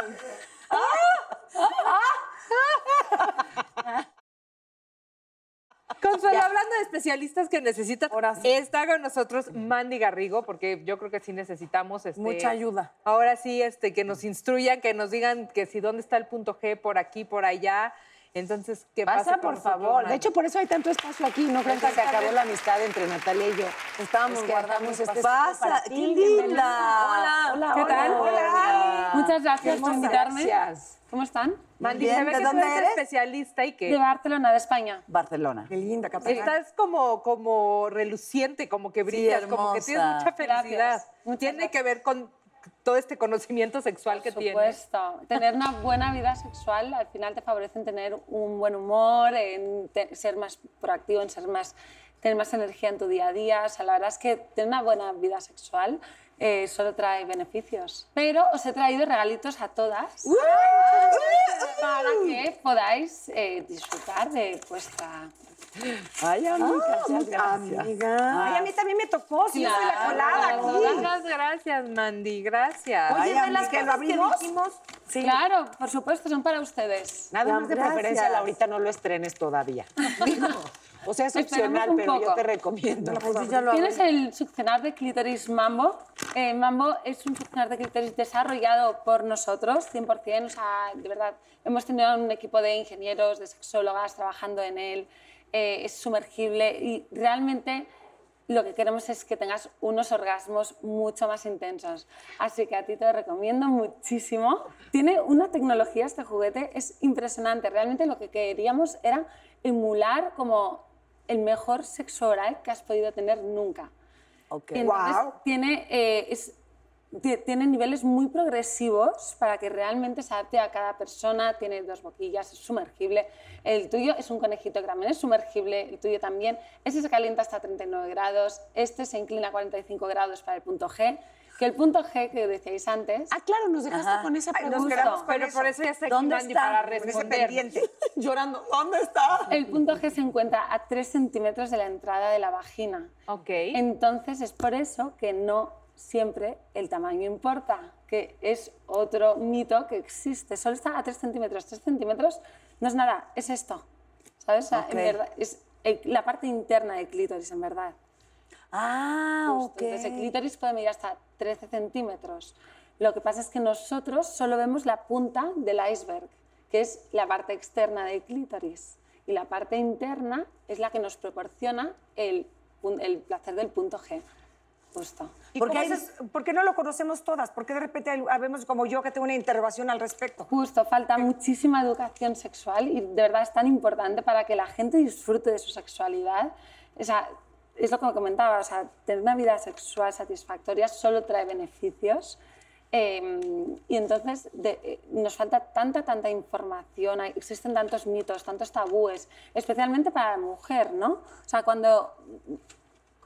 Speaker 2: Consuelo, hablando de especialistas que necesitas,
Speaker 3: Ahora sí.
Speaker 2: está con nosotros Mandy Garrigo, porque yo creo que sí necesitamos
Speaker 3: Mucha ayuda.
Speaker 2: Ahora sí, que nos instruyan, que nos digan que si dónde está el punto G, por aquí, por allá. Entonces, que pase
Speaker 5: Pasa,
Speaker 2: con
Speaker 5: por
Speaker 2: nosotros,
Speaker 5: favor.
Speaker 2: Mandy.
Speaker 5: De hecho, por eso hay tanto espacio aquí. No crean que se acabó la amistad entre Natalia y yo.
Speaker 3: Estábamos
Speaker 5: Es que
Speaker 3: guardando
Speaker 5: hagamos este
Speaker 4: Pasa,
Speaker 5: espacio para
Speaker 4: qué
Speaker 5: ti.
Speaker 4: linda.
Speaker 3: Hola.
Speaker 5: ¿Qué tal?
Speaker 6: Hola.
Speaker 8: Muchas gracias por invitarme.
Speaker 5: Gracias.
Speaker 8: ¿Cómo están?
Speaker 2: Mandy,
Speaker 4: Bien,
Speaker 2: se ve
Speaker 4: ¿de
Speaker 2: que
Speaker 4: dónde
Speaker 2: tú eres
Speaker 4: eres?
Speaker 2: especialista y que
Speaker 8: De Barcelona, de España.
Speaker 4: Barcelona.
Speaker 6: Qué linda, Catalina.
Speaker 2: estás como reluciente, como que brillas, como que tienes
Speaker 4: hermosa.
Speaker 2: mucha felicidad.
Speaker 8: Gracias. Muchas
Speaker 2: Tiene
Speaker 8: gracias.
Speaker 2: que ver con todo este conocimiento sexual que
Speaker 8: Por
Speaker 2: tienes.
Speaker 8: supuesto. Tener una buena vida sexual al final te favorece en tener un buen humor, en ser más proactivo, en tener más energía en tu día a día. O sea, la verdad es que tener una buena vida sexual solo trae beneficios. Pero os he traído regalitos a todas para que podáis disfrutar de vuestra...
Speaker 4: Ay, amiga, muchas gracias.
Speaker 6: Amiga. Ay, a mí también me tocó, sí, yo soy la colada aquí.
Speaker 2: Muchas gracias, Mandy, gracias.
Speaker 6: Oye,
Speaker 4: Ay,
Speaker 6: de las
Speaker 4: amiga,
Speaker 6: que lo abrimos.
Speaker 8: Sí. Claro, por supuesto, son para ustedes.
Speaker 5: Nada más de
Speaker 4: Gracias.
Speaker 5: preferencia, Laurita, no lo estrenes todavía. Digo, o sea, es
Speaker 8: Esperemos
Speaker 5: opcional,
Speaker 8: un
Speaker 5: pero yo
Speaker 8: poco.
Speaker 5: te recomiendo.
Speaker 8: Tienes el succionar de clítoris Mambo. Mambo es un succionar de clítoris desarrollado por nosotros, 100%. O sea, de verdad, hemos tenido un equipo de ingenieros, de sexólogas trabajando en él. Es sumergible y realmente lo que queremos es que tengas unos orgasmos mucho más intensos. Así que a ti te lo recomiendo muchísimo. Tiene una tecnología este juguete, es impresionante. Realmente lo que queríamos era emular como el mejor sexo oral que has podido tener nunca.
Speaker 4: Ok.
Speaker 8: Y entonces
Speaker 6: Guau.
Speaker 8: tiene niveles muy progresivos para que realmente se adapte a cada persona. Tiene 2 boquillas, es sumergible. El tuyo es un conejito que también es sumergible, el tuyo también. Este se calienta hasta 39 grados, este se inclina a 45 grados para el punto G. Que el punto G que decíais antes,
Speaker 5: Ah, claro, nos dejaste con esa
Speaker 6: Ay, nos
Speaker 5: pregunta.
Speaker 6: quedamos con
Speaker 2: Pero
Speaker 6: eso.
Speaker 2: por eso ya está aquí
Speaker 4: ¿Dónde
Speaker 2: Mandy
Speaker 4: está?
Speaker 2: para
Speaker 6: Con ese
Speaker 2: responder.
Speaker 6: pendiente.
Speaker 3: Llorando. ¿Dónde está?
Speaker 8: el punto G se encuentra a 3 centímetros de la entrada de la vagina.
Speaker 2: Ok.
Speaker 8: Entonces es por eso que no siempre el tamaño importa, que es otro mito que existe. Solo está a 3 centímetros. 3 centímetros no es nada, es esto. ¿Sabes? O sea,
Speaker 4: Ok.
Speaker 8: en verdad, es la parte interna del clítoris, en verdad.
Speaker 4: Ah,
Speaker 8: Justo.
Speaker 4: ok.
Speaker 8: Entonces el clítoris puede medir hasta 13 centímetros. Lo que pasa es que nosotros solo vemos la punta del iceberg, que es la parte externa del clítoris. Y la parte interna es la que nos proporciona el placer del punto G. Justo.
Speaker 6: ¿Y
Speaker 4: Porque
Speaker 6: por qué no lo conocemos todas? ¿Por qué de repente habemos como yo que tengo una interrogación al respecto?
Speaker 8: Justo, falta muchísima educación sexual y de verdad es tan importante para que la gente disfrute de su sexualidad. O sea, es lo que me comentaba, o sea, tener una vida sexual satisfactoria solo trae beneficios. Y entonces nos falta tanta información, existen tantos mitos, tantos tabúes, especialmente para la mujer, ¿no? O sea, cuando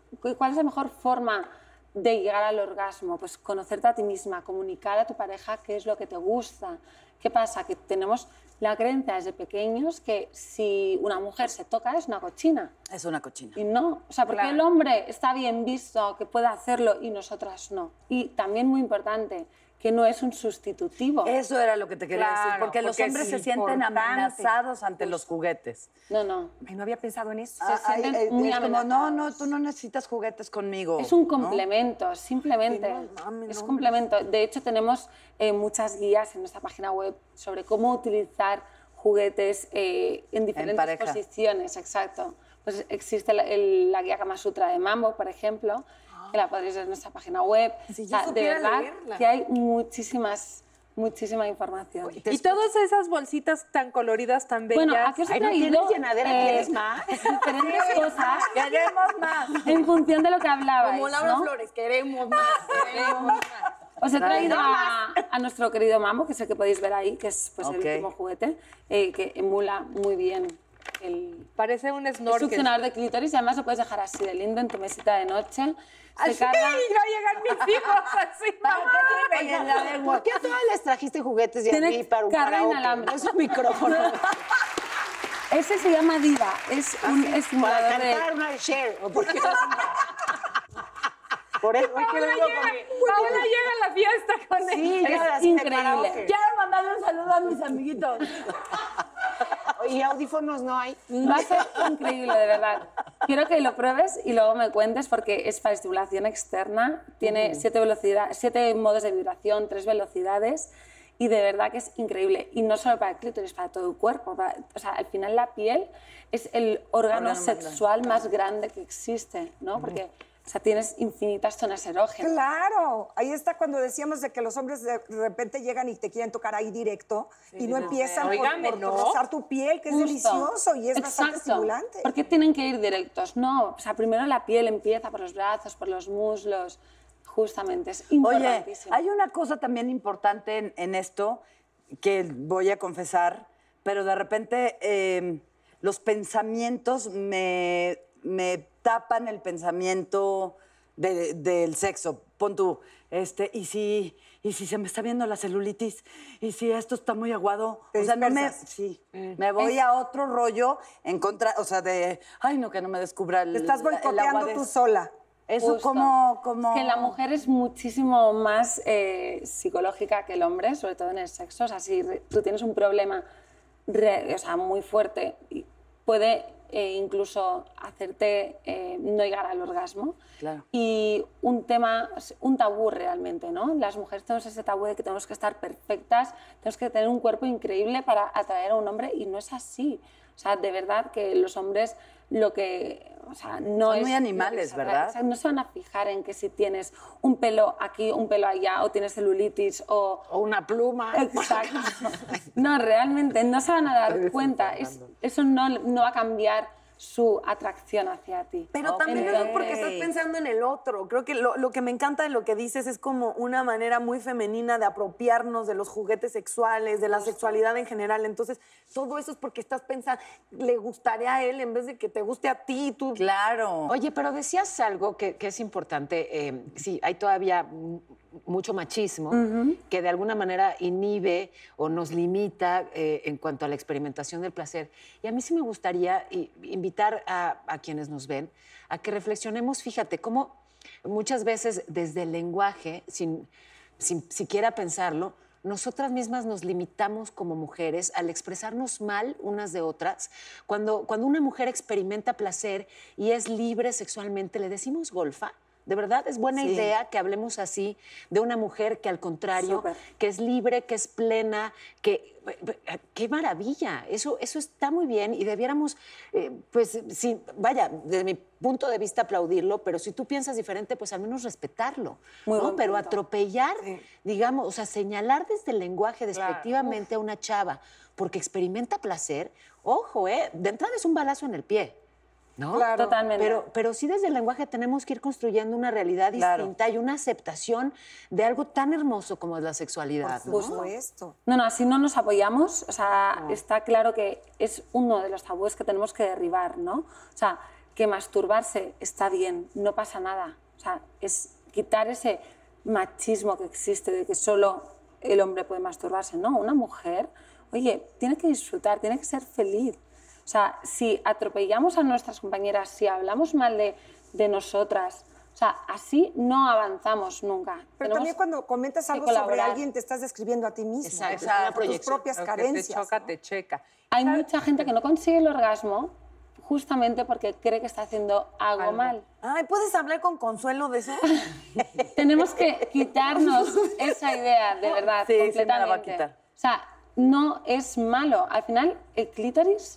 Speaker 8: ¿cuál es la mejor forma de llegar al orgasmo? Pues conocerte a ti misma, comunicar a tu pareja qué es lo que te gusta. ¿Qué pasa? Que tenemos la creencia desde pequeños que si una mujer se toca es una cochina.
Speaker 4: Es una cochina.
Speaker 8: Y no, o sea, porque el hombre está bien visto que puede hacerlo y nosotras no. Y también muy importante, que no es un sustitutivo.
Speaker 4: Eso era lo que te quería decir,
Speaker 3: Claro,
Speaker 4: porque los
Speaker 3: porque
Speaker 4: hombres
Speaker 3: es
Speaker 4: se sienten
Speaker 3: importante.
Speaker 4: amenazados ante los juguetes.
Speaker 8: No.
Speaker 6: Ay, no había pensado en eso.
Speaker 8: Se sienten muy
Speaker 4: es como,
Speaker 8: amenazados.
Speaker 4: no, tú no necesitas juguetes conmigo.
Speaker 8: Es un
Speaker 4: ¿no?
Speaker 8: complemento, simplemente. Es complemento. De hecho, tenemos muchas guías en nuestra página web sobre cómo utilizar juguetes en diferentes
Speaker 4: pareja.
Speaker 8: posiciones. Exacto. Pues existe la guía Kama Sutra de Mambo, por ejemplo, que la podréis ver en nuestra página web.
Speaker 3: Si
Speaker 8: O
Speaker 3: yo
Speaker 8: sea, de
Speaker 3: supiera
Speaker 8: verdad
Speaker 3: leerla.
Speaker 8: que hay muchísima información.
Speaker 2: Y todas esas bolsitas tan coloridas, tan bellas.
Speaker 8: Bueno, aquí os he
Speaker 5: Ay, ¿no
Speaker 8: traído
Speaker 5: tienes llenadera? ¿Quieres más?
Speaker 8: diferentes cosas
Speaker 4: ¡Queremos más!
Speaker 8: en función de lo que hablabais,
Speaker 3: Como Laura
Speaker 8: ¿no?
Speaker 3: Flores, queremos más, queremos más.
Speaker 8: Os he traído a nuestro querido Mambo, que es el que podéis ver ahí, que es pues,
Speaker 4: Ok.
Speaker 8: el último juguete, que emula muy bien el
Speaker 2: Parece un
Speaker 8: el
Speaker 2: snorkel.
Speaker 8: succionador de clítoris y además lo puedes dejar así de lindo en tu mesita de noche. Se
Speaker 2: Así
Speaker 8: carga...
Speaker 2: va a llegar mis hijos así.
Speaker 5: Oye, ¿por qué a todas les trajiste juguetes y a
Speaker 8: Tiene
Speaker 5: mí para un
Speaker 8: carga
Speaker 5: karaoke?
Speaker 8: inalámbrica.
Speaker 5: Es un micrófono.
Speaker 8: Ese se llama Diva, es un
Speaker 5: Para
Speaker 8: estimulador de...
Speaker 5: cantar una Cher. ¿O por qué? Por eso, hoy que
Speaker 2: Paola
Speaker 5: vengo
Speaker 2: llega,
Speaker 5: con mi...
Speaker 2: Paola llega a la fiesta con
Speaker 5: Sí,
Speaker 2: él.
Speaker 5: ya
Speaker 8: Es increíble.
Speaker 4: Quiero mandarle un saludo a mis amiguitos.
Speaker 5: Y audífonos no hay.
Speaker 8: Va a ser increíble, de verdad. Quiero que lo pruebes y luego me cuentes porque es para estimulación externa. Tiene 7 modos de vibración, 3 velocidades y de verdad que es increíble. Y no solo para el clítoris, para todo el cuerpo. O sea, al final la piel es el órgano sexual más grande que existe, ¿no? Porque o sea, tienes infinitas zonas erógenas.
Speaker 6: Claro, ahí está cuando decíamos de que los hombres de repente llegan y te quieren tocar ahí directo y no empiezan por rozar tu piel, que es
Speaker 8: Justo.
Speaker 6: delicioso y es bastante
Speaker 8: Exacto.
Speaker 6: estimulante.
Speaker 8: ¿Por qué tienen que ir directos? No, o sea, primero la piel empieza por los brazos, por los muslos, justamente, es
Speaker 4: Oye,
Speaker 8: importantísimo.
Speaker 4: hay una cosa también importante en esto que voy a confesar, pero de repente los pensamientos me tapan el pensamiento del sexo. Pon tú, ¿y si se me está viendo la celulitis? ¿Y si esto está muy aguado?
Speaker 6: Te
Speaker 4: O sea,
Speaker 6: dispersas.
Speaker 4: me voy a otro rollo en contra, o sea, ay, no, que no me descubra el
Speaker 6: Te estás
Speaker 4: el
Speaker 6: boicoteando
Speaker 4: aguadez.
Speaker 6: tú sola.
Speaker 4: Eso
Speaker 8: Justo.
Speaker 4: como...
Speaker 8: Es que la mujer es muchísimo más psicológica que el hombre, sobre todo en el sexo. O sea, si tú tienes un problema o sea, muy fuerte, y puede incluso hacerte no llegar al orgasmo.
Speaker 4: Claro.
Speaker 8: Y un tabú realmente, ¿no? Las mujeres tenemos ese tabú de que tenemos que estar perfectas, tenemos que tener un cuerpo increíble para atraer a un hombre y no es así. O sea, de verdad que los hombres lo que... O sea, no
Speaker 4: Son
Speaker 8: es
Speaker 4: muy
Speaker 8: lo
Speaker 4: animales,
Speaker 8: que se atrae.
Speaker 4: ¿verdad?
Speaker 8: O sea, no se van a fijar en que si tienes un pelo aquí, un pelo allá, o tienes celulitis, o...
Speaker 5: O una pluma.
Speaker 8: Exacto. No, realmente, no se van a dar cuenta. Eso no va a cambiar su atracción hacia ti.
Speaker 3: Pero también es porque estás pensando en el otro. Creo que lo que me encanta de lo que dices es como una manera muy femenina de apropiarnos de los juguetes sexuales, de la sexualidad en general. Entonces, todo eso es porque estás pensando, le gustaría a él en vez de que te guste a ti. Tú...
Speaker 4: Claro.
Speaker 5: Oye, pero decías algo que es importante. Sí, hay todavía mucho machismo que de alguna manera inhibe o nos limita en cuanto a la experimentación del placer. Y a mí sí me gustaría invitar a quienes nos ven a que reflexionemos, fíjate, cómo muchas veces desde el lenguaje, sin siquiera pensarlo, nosotras mismas nos limitamos como mujeres al expresarnos mal unas de otras. Cuando una mujer experimenta placer y es libre sexualmente, ¿le decimos golfa? De verdad, es buena idea que hablemos así de una mujer que al contrario,
Speaker 8: Súper.
Speaker 5: que es libre, que es plena, que... ¡Qué maravilla! Eso está muy bien y debiéramos, pues, sí, vaya, desde mi punto de vista aplaudirlo, pero si tú piensas diferente, pues al menos respetarlo,
Speaker 8: Muy
Speaker 5: ¿no?
Speaker 8: buen
Speaker 5: Pero
Speaker 8: punto.
Speaker 5: atropellar, digamos, o sea, señalar desde el lenguaje despectivamente a una chava porque experimenta placer, ojo, de entrada es un balazo en el pie. ¿No?
Speaker 6: Claro.
Speaker 8: Totalmente.
Speaker 5: Pero sí desde el lenguaje tenemos que ir construyendo una realidad
Speaker 4: Claro.
Speaker 5: distinta y una aceptación de algo tan hermoso como es la sexualidad. ¿no?
Speaker 6: Por supuesto.
Speaker 8: No, así no nos apoyamos. O sea, está claro que es uno de los tabúes que tenemos que derribar, ¿no? O sea, que masturbarse está bien, no pasa nada. O sea, es quitar ese machismo que existe de que solo el hombre puede masturbarse. No, una mujer, oye, tiene que disfrutar, tiene que ser feliz. O sea, si atropellamos a nuestras compañeras, si hablamos mal de nosotras, o sea, así no avanzamos nunca.
Speaker 6: Pero
Speaker 8: Tenemos
Speaker 6: también cuando comentas
Speaker 8: que
Speaker 6: algo sobre
Speaker 8: colaborar.
Speaker 6: alguien, te estás describiendo a ti mismo.
Speaker 5: Exacto,
Speaker 6: o sea,
Speaker 5: una
Speaker 6: tus
Speaker 5: proyección.
Speaker 6: propias
Speaker 2: Lo que te
Speaker 6: carencias.
Speaker 2: choca,
Speaker 6: ¿no?
Speaker 2: te checa.
Speaker 8: Hay mucha gente que no consigue el orgasmo justamente porque cree que está haciendo algo mal.
Speaker 3: Ay, ¿puedes hablar con Consuelo de eso?
Speaker 8: Tenemos que quitarnos esa idea, de verdad,
Speaker 4: Sí, sí me
Speaker 8: completamente.
Speaker 4: la va a quitar.
Speaker 8: O sea, no es malo. Al final, el clítoris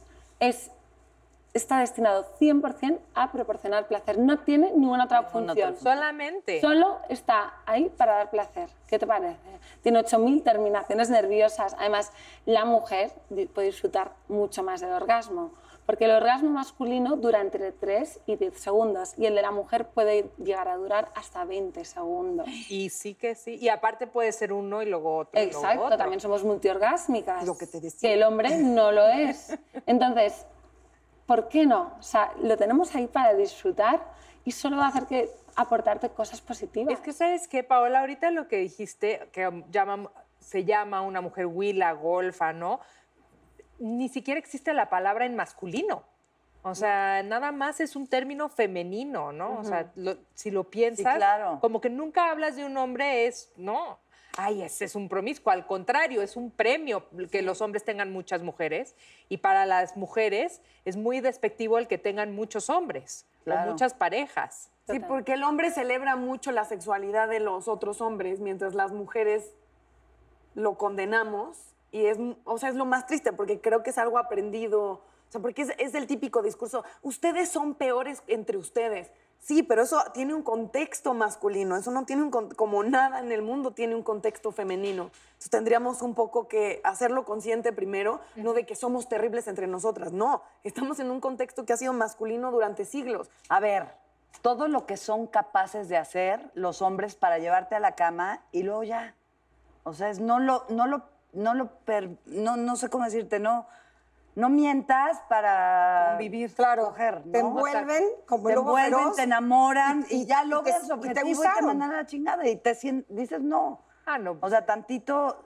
Speaker 8: está destinado 100% a proporcionar placer. No tiene ninguna otra función.
Speaker 2: Solamente.
Speaker 8: Solo está ahí para dar placer. ¿Qué te parece? Tiene 8.000 terminaciones nerviosas. Además, la mujer puede disfrutar mucho más del orgasmo. Porque el orgasmo masculino dura entre 3 y 10 segundos y el de la mujer puede llegar a durar hasta 20 segundos.
Speaker 2: Y sí que sí. Y aparte puede ser uno y luego otro. y luego
Speaker 8: Exacto,
Speaker 2: otro.
Speaker 8: también somos multiorgásmicas.
Speaker 6: Lo que te decía.
Speaker 8: Que el hombre no lo es. Entonces, ¿por qué no? O sea, lo tenemos ahí para disfrutar y solo va a hacer que aportarte cosas positivas.
Speaker 2: Es que, ¿sabes qué, Paola? Ahorita lo que dijiste, que se llama una mujer huila, golfa, ¿no? Ni siquiera existe la palabra en masculino. O sea, nada más es un término femenino, ¿no? O sea, si lo piensas,
Speaker 4: Sí, claro.
Speaker 2: como que nunca hablas de un hombre, no. Ay, ese es un promiscuo. Al contrario, es un premio que los hombres tengan muchas mujeres. Y para las mujeres es muy despectivo el que tengan muchos hombres
Speaker 4: Claro.
Speaker 2: o muchas parejas.
Speaker 3: Sí, porque el hombre celebra mucho la sexualidad de los otros hombres, mientras las mujeres lo condenamos. Y es lo más triste, porque creo que es algo aprendido. O sea, porque es el típico discurso, ustedes son peores entre ustedes. Sí, pero eso tiene un contexto masculino, eso no tiene como nada en el mundo tiene un contexto femenino. Entonces tendríamos un poco que hacerlo consciente primero, no de que somos terribles entre nosotras, no, estamos en un contexto que ha sido masculino durante siglos.
Speaker 4: A ver, todo lo que son capaces de hacer los hombres para llevarte a la cama y luego ya. O sea, no sé cómo decirte, no mientas para
Speaker 6: Vivir, claro.
Speaker 4: coger, ¿no?
Speaker 6: Te envuelven como
Speaker 4: te
Speaker 6: lobo
Speaker 4: envuelven,
Speaker 6: feroz,
Speaker 4: te enamoran y ya
Speaker 6: y
Speaker 4: logras
Speaker 6: te-
Speaker 4: su
Speaker 6: y te
Speaker 4: objetivo y te
Speaker 6: usaron.
Speaker 4: mandan a la chingada y dices no.
Speaker 2: Ah, no.
Speaker 4: O sea, tantito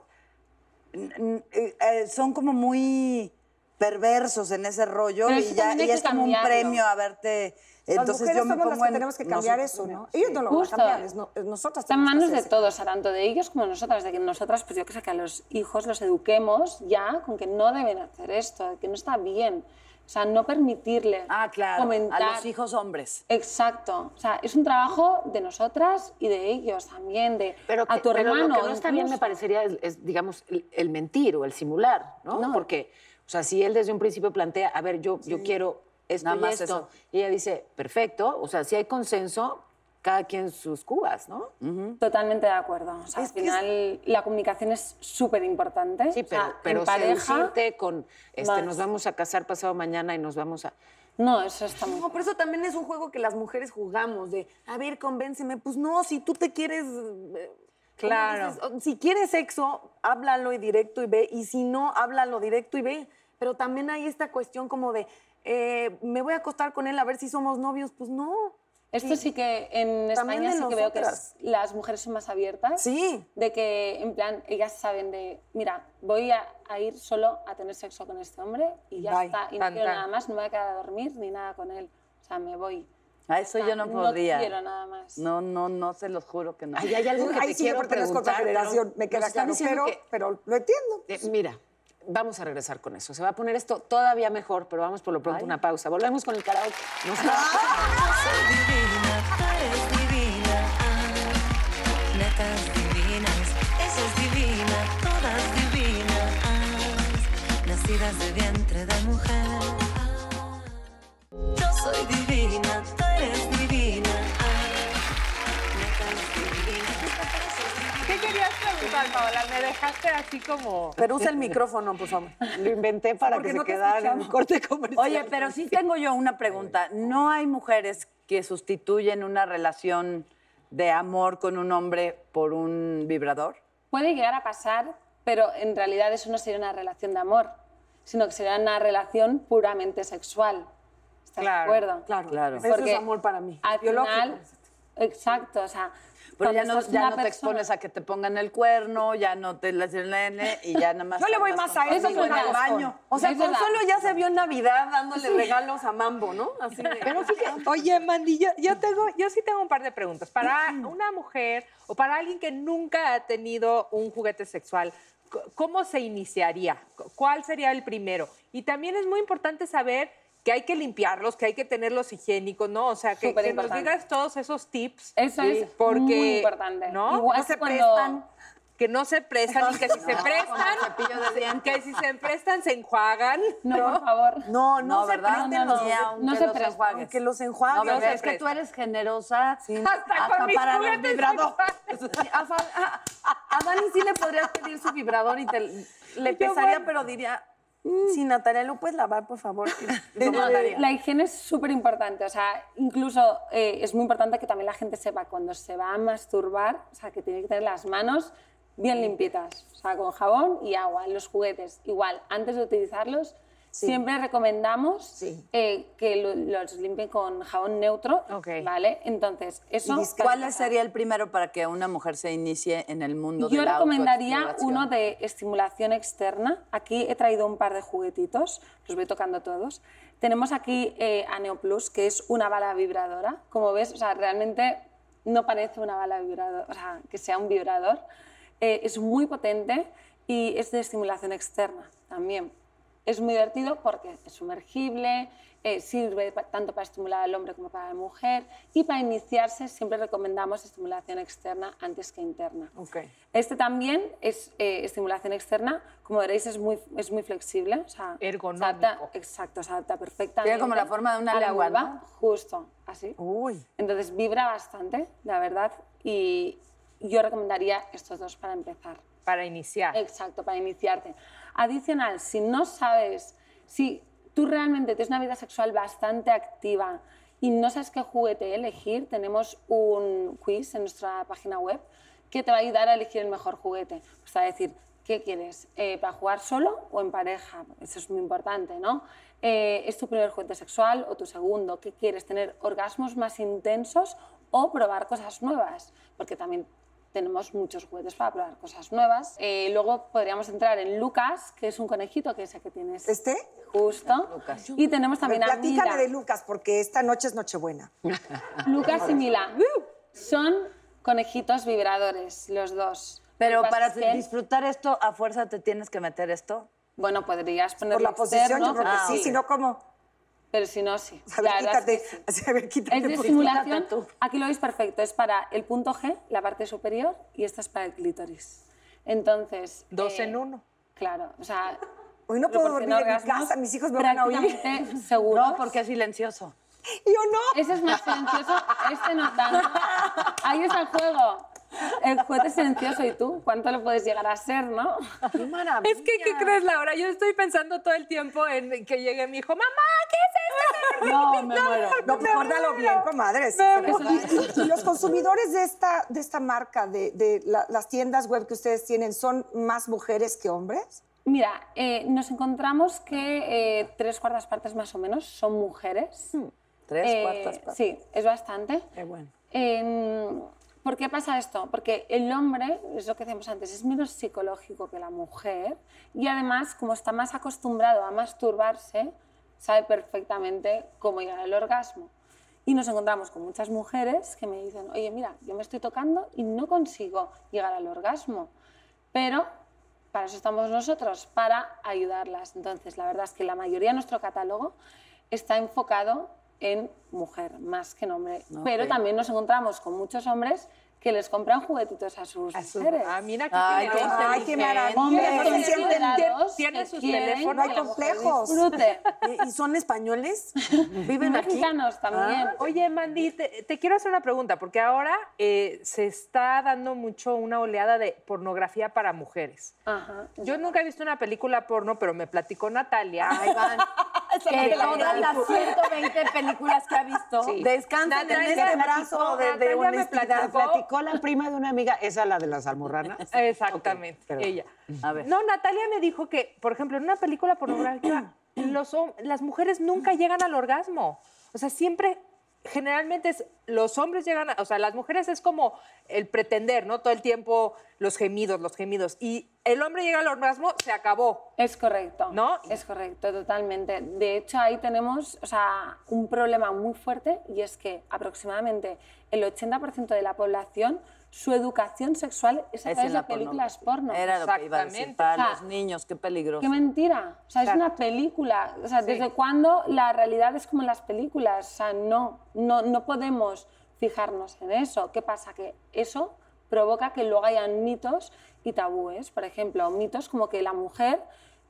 Speaker 4: son como muy perversos en ese rollo
Speaker 8: Pero
Speaker 4: y
Speaker 8: eso
Speaker 4: ya
Speaker 8: también hay
Speaker 4: y
Speaker 8: que
Speaker 4: es como un
Speaker 8: cambiarlo.
Speaker 4: premio haberte.
Speaker 6: Las
Speaker 4: Entonces
Speaker 6: mujeres
Speaker 4: yo me
Speaker 6: somos
Speaker 4: pongo
Speaker 6: las que
Speaker 4: en
Speaker 6: tenemos que cambiar eso, ¿no? Ellos no lo van a
Speaker 8: Justo.
Speaker 6: cambiar, es nosotras.
Speaker 8: Está en
Speaker 6: tenemos que
Speaker 8: manos de
Speaker 6: hacer eso.
Speaker 8: todos, tanto de ellos como de nosotras, de que nosotras, pues yo que sé, que a los hijos los eduquemos ya con que no deben hacer esto, que no está bien. O sea, no permitirle comentar.
Speaker 4: a los hijos hombres.
Speaker 8: Exacto. O sea, es un trabajo de nosotras y de ellos también, a tu
Speaker 5: pero
Speaker 8: hermano.
Speaker 5: lo que no está bien, me
Speaker 8: incluso.
Speaker 5: parecería, es, digamos, el mentir o el simular, ¿no?
Speaker 8: No.
Speaker 5: Porque, o sea, si él desde un principio plantea, a ver, yo quiero esto
Speaker 4: Nada
Speaker 5: y
Speaker 4: más
Speaker 5: esto,
Speaker 4: eso.
Speaker 5: y ella dice, perfecto, o sea, si hay consenso, cada quien sus cubas, ¿no?
Speaker 8: Totalmente de acuerdo. O sea, al final la comunicación es súper importante.
Speaker 5: Sí,
Speaker 8: O sea,
Speaker 5: pero
Speaker 8: en pareja,
Speaker 5: seducirte con,
Speaker 8: más.
Speaker 5: nos vamos a casar pasado mañana y nos vamos a...
Speaker 8: no, eso está muy
Speaker 3: No, pero eso también es un juego que las mujeres jugamos, de, a ver, convénceme. Pues no, si tú te quieres... ¿cómo
Speaker 2: Claro.
Speaker 3: dices? Si quieres sexo, háblalo y directo y ve. Y si no, háblalo directo y ve. Pero también hay esta cuestión como de, me voy a acostar con él a ver si somos novios. Pues no.
Speaker 8: Esto sí que en
Speaker 3: También
Speaker 8: España
Speaker 3: de
Speaker 8: sí que veo que
Speaker 3: nosotras.
Speaker 8: las mujeres son más abiertas.
Speaker 3: Sí.
Speaker 8: De que, en plan, ellas saben de, mira, voy a ir solo a tener sexo con este hombre y ya
Speaker 6: Bye.
Speaker 8: está. Y no
Speaker 2: Tan,
Speaker 8: quiero
Speaker 2: tan.
Speaker 8: nada más, no me voy a quedar a dormir ni nada con él. O sea, me voy.
Speaker 4: A eso
Speaker 8: O sea,
Speaker 4: yo no podría.
Speaker 8: No quiero nada más.
Speaker 4: No, se los juro que no.
Speaker 5: Ay, hay algo que
Speaker 6: Ahí
Speaker 5: te
Speaker 6: sí yo
Speaker 5: quiero
Speaker 6: pertenezco a otra
Speaker 5: preguntar, pero
Speaker 6: generación, me
Speaker 5: nos
Speaker 6: queda
Speaker 5: están
Speaker 6: claro,
Speaker 5: diciendo
Speaker 6: pero lo entiendo.
Speaker 5: Mira, vamos a regresar con eso. Se va a poner esto todavía mejor, pero vamos por lo pronto a una pausa. Volvemos con el karaoke. Nos
Speaker 1: Soy divina, tú eres divina. Netas divinas, ella es divina, todas divinas. Nacidas de vientre de mujer. Yo soy divina, tú eres divina. Netas divinas.
Speaker 2: ¿Qué querías preguntar, Paola? Me dejaste así como...
Speaker 3: Pero usa el micrófono, por favor.
Speaker 5: lo inventé para
Speaker 6: Porque
Speaker 5: que
Speaker 6: no
Speaker 5: se
Speaker 6: te
Speaker 5: quedara en el
Speaker 6: escuchamos.
Speaker 5: corte comercial.
Speaker 4: Oye, pero sí tengo yo una pregunta. ¿No hay mujeres que sustituyen una relación de amor con un hombre por un vibrador?
Speaker 8: Puede llegar a pasar, pero en realidad eso no sería una relación de amor, sino que sería una relación puramente sexual. ¿Estás
Speaker 2: Claro,
Speaker 8: de acuerdo?
Speaker 4: Claro.
Speaker 3: Eso
Speaker 8: Porque
Speaker 3: es amor para mí.
Speaker 8: Al
Speaker 3: Biológico.
Speaker 8: final, exacto, o sea...
Speaker 4: Pero ya
Speaker 8: cuando
Speaker 4: no,
Speaker 8: estás
Speaker 4: ya
Speaker 8: con
Speaker 4: no
Speaker 8: una
Speaker 4: te
Speaker 8: persona-
Speaker 4: expones a que te pongan el cuerno, ya no te la hacen la N y ya nada más.
Speaker 6: Yo le voy
Speaker 4: andas
Speaker 6: más
Speaker 4: con-
Speaker 6: a eso
Speaker 8: Eso
Speaker 6: que
Speaker 8: es
Speaker 6: al
Speaker 8: verdad.
Speaker 6: baño.
Speaker 3: O sea,
Speaker 8: Es verdad.
Speaker 3: Consuelo ya se vio en Navidad dándole regalos a Mambo, ¿no? Así de...
Speaker 5: Pero fíjate,
Speaker 2: Oye, Mandy, yo sí tengo un par de preguntas. Para una mujer o para alguien que nunca ha tenido un juguete sexual, ¿cómo se iniciaría? ¿Cuál sería el primero? Y también es muy importante saber que hay que limpiarlos, que hay que tenerlos higiénicos, ¿no? O sea, que nos
Speaker 8: Superimportante.
Speaker 2: digas todos esos tips.
Speaker 8: Eso es
Speaker 2: porque,
Speaker 8: muy importante.
Speaker 2: ¿no?
Speaker 8: Igual
Speaker 6: No se
Speaker 8: que cuando-
Speaker 6: prestan.
Speaker 2: Que no se prestan y que si se prestan,
Speaker 4: cepillo de dientes.
Speaker 2: que si se prestan se enjuagan.
Speaker 8: No, por favor.
Speaker 3: No,
Speaker 4: No,
Speaker 3: se
Speaker 4: ¿verdad?
Speaker 3: presten los...
Speaker 4: Ni aunque
Speaker 8: no se
Speaker 4: los
Speaker 8: prestan,
Speaker 4: enjuagues.
Speaker 3: Aunque los
Speaker 4: No,
Speaker 3: enjuaguen.
Speaker 4: bebé,
Speaker 2: se
Speaker 4: es que tú
Speaker 2: prestan.
Speaker 4: eres generosa
Speaker 2: Hasta con mis
Speaker 3: para los
Speaker 2: juguetes
Speaker 3: vibradores.
Speaker 2: sexuales.
Speaker 3: A Dani sí le podrías pedir su vibrador y le pesaría, pero diría, si Natalia, ¿lo puedes lavar, por favor? Y lo mandaría.
Speaker 8: La higiene es súper importante, o sea, incluso es muy importante que también la gente sepa cuando se va a masturbar, o sea, que tiene que tener las manos bien limpitas, o sea, con jabón y agua. Los juguetes, igual, antes de utilizarlos, siempre recomendamos que los limpien con jabón neutro,
Speaker 2: Ok.
Speaker 8: ¿vale? Entonces, eso...
Speaker 4: ¿Cuál sería el primero para que una mujer se inicie en el mundo de
Speaker 8: Yo
Speaker 4: la
Speaker 8: recomendaría
Speaker 4: autoexploración?
Speaker 8: uno de estimulación externa. Aquí he traído un par de juguetitos, los voy tocando todos. Tenemos aquí Aneo Plus, que es una bala vibradora. Como ves, o sea, realmente no parece una bala vibradora, o sea, que sea un vibrador. Es muy potente y es de estimulación externa también. Es muy divertido porque es sumergible, sirve tanto para estimular al hombre como para la mujer y para iniciarse siempre recomendamos estimulación externa antes que interna.
Speaker 3: Okay.
Speaker 8: Este también es estimulación externa, como veréis es muy flexible, o sea,
Speaker 2: Ergonómico.
Speaker 8: se adapta, exacto, se adapta perfectamente.
Speaker 4: Tiene como la forma de una
Speaker 8: a la
Speaker 4: lengua,
Speaker 8: vulva,
Speaker 4: ¿no?
Speaker 8: justo, así.
Speaker 3: Uy.
Speaker 8: Entonces vibra bastante, la verdad, y yo recomendaría estos dos para empezar.
Speaker 2: Para iniciar.
Speaker 8: Exacto, para iniciarte. Adicional, si no sabes, si tú realmente tienes una vida sexual bastante activa y no sabes qué juguete elegir, tenemos un quiz en nuestra página web que te va a ayudar a elegir el mejor juguete. Pues a decir, ¿qué quieres? ¿Para jugar solo o en pareja? Eso es muy importante, ¿no? ¿Es tu primer juguete sexual o tu segundo? ¿Qué quieres? ¿Tener orgasmos más intensos o probar cosas nuevas? Porque también tenemos muchos juguetes para probar cosas nuevas. Luego podríamos entrar en Lucas, que es un conejito, que es el que tienes
Speaker 6: ¿Este?
Speaker 8: justo.
Speaker 4: Lucas.
Speaker 8: Y tenemos también a
Speaker 6: Platícame
Speaker 8: Mila.
Speaker 6: de Lucas, porque esta noche es Nochebuena.
Speaker 8: Lucas y Mila son conejitos vibradores, los dos.
Speaker 4: Pero
Speaker 8: Lo que pasa
Speaker 4: para
Speaker 8: es que,
Speaker 4: disfrutar esto, ¿a fuerza te tienes que meter esto?
Speaker 8: bueno, podrías ponerlo
Speaker 6: Por la posición,
Speaker 8: externo,
Speaker 6: yo creo que sí, si no, ¿cómo?
Speaker 8: pero si no, sí.
Speaker 6: A ver,
Speaker 8: La verdad es
Speaker 6: quítate.
Speaker 8: que sí.
Speaker 6: A ver, quítate.
Speaker 8: Es de
Speaker 6: por favor.
Speaker 8: estimulación. Aquí lo veis perfecto. Es para el punto G, la parte superior, y esta es para el clítoris. Entonces...
Speaker 2: Dos en uno.
Speaker 8: Claro, o sea...
Speaker 6: Hoy no puedo
Speaker 8: proporciona
Speaker 6: dormir en mi
Speaker 8: orgasmos
Speaker 6: casa, mis hijos me van a oír.
Speaker 8: prácticamente seguros.
Speaker 4: No, porque es silencioso.
Speaker 6: Yo no.
Speaker 8: Ese es más silencioso, este no tanto. Ahí está el juego. El juguete es silencioso, ¿y tú? ¿Cuánto lo puedes llegar a ser, no?
Speaker 3: ¡Qué maravilla!
Speaker 2: Es que, ¿qué crees, Laura? Yo estoy pensando todo el tiempo en que llegue mi hijo. ¡Mamá, qué es esto!
Speaker 3: No, me muero.
Speaker 6: No, pórtalo bien, comadre. sí, y los consumidores de esta marca, de las tiendas web que ustedes tienen, ¿son más mujeres que hombres?
Speaker 8: Mira, nos encontramos que 3/4 partes más o menos son mujeres.
Speaker 4: 3/4 partes.
Speaker 8: Sí, es bastante.
Speaker 3: Qué bueno.
Speaker 8: ¿Por qué pasa esto? Porque el hombre, es lo que decíamos antes, es menos psicológico que la mujer y además, como está más acostumbrado a masturbarse, sabe perfectamente cómo llegar al orgasmo. Y nos encontramos con muchas mujeres que me dicen, oye, mira, yo me estoy tocando y no consigo llegar al orgasmo, pero para eso estamos nosotros, para ayudarlas. Entonces, la verdad es que la mayoría de nuestro catálogo está enfocado en mujer, más que en hombre. Pero también nos encontramos con muchos hombres que les compran juguetitos a sus mujeres.
Speaker 2: Ah, mira,
Speaker 4: Ay,
Speaker 2: qué
Speaker 6: Ay, qué maravilla.
Speaker 8: Hombres
Speaker 6: No se sienten-
Speaker 8: considerados
Speaker 2: tienen
Speaker 8: que
Speaker 2: sus
Speaker 8: quieren
Speaker 2: teléfonos,
Speaker 6: no hay
Speaker 8: que la mujer
Speaker 6: complejos.
Speaker 8: disfrute.
Speaker 3: ¿Y son españoles? ¿Viven aquí?
Speaker 8: Mexicanos también.
Speaker 2: Oye, Mandy, te quiero hacer una pregunta, porque ahora se está dando mucho una oleada de pornografía para mujeres.
Speaker 8: Ajá.
Speaker 2: Yo nunca he visto una película porno, pero me platicó Natalia.
Speaker 3: Ahí van.
Speaker 4: Que todas las 120 películas que ha visto.
Speaker 2: Sí.
Speaker 3: Descansen en
Speaker 2: Natalia
Speaker 3: este
Speaker 2: me
Speaker 3: brazo
Speaker 2: platicó,
Speaker 3: de
Speaker 2: Natalia me
Speaker 3: honestidad.
Speaker 5: platicó la prima de una amiga, esa la de las almorranas.
Speaker 2: Exactamente,
Speaker 5: Ok, perdón.
Speaker 2: ella.
Speaker 4: A ver.
Speaker 2: No, Natalia me dijo que, por ejemplo, en una película pornográfica las mujeres nunca llegan al orgasmo. O sea, siempre, generalmente los hombres llegan, o sea, las mujeres es como el pretender, ¿no? Todo el tiempo los gemidos. Y el hombre llega al orgasmo, se acabó.
Speaker 8: Es correcto.
Speaker 2: ¿No?
Speaker 8: Es correcto, totalmente. De hecho, ahí tenemos, o sea, un problema muy fuerte y es que aproximadamente el 80% de la población, su educación sexual es a través de películas porno.
Speaker 4: Era lo que iba a decir. Para
Speaker 8: O sea,
Speaker 4: los niños, qué peligroso.
Speaker 8: ¡Qué mentira! O sea, es una película. O sea, ¿desde cuándo la realidad es como en las películas? O sea, no podemos fijarnos en eso. ¿Qué pasa? Que eso provoca que luego hayan mitos y tabúes. Por ejemplo, mitos como que la mujer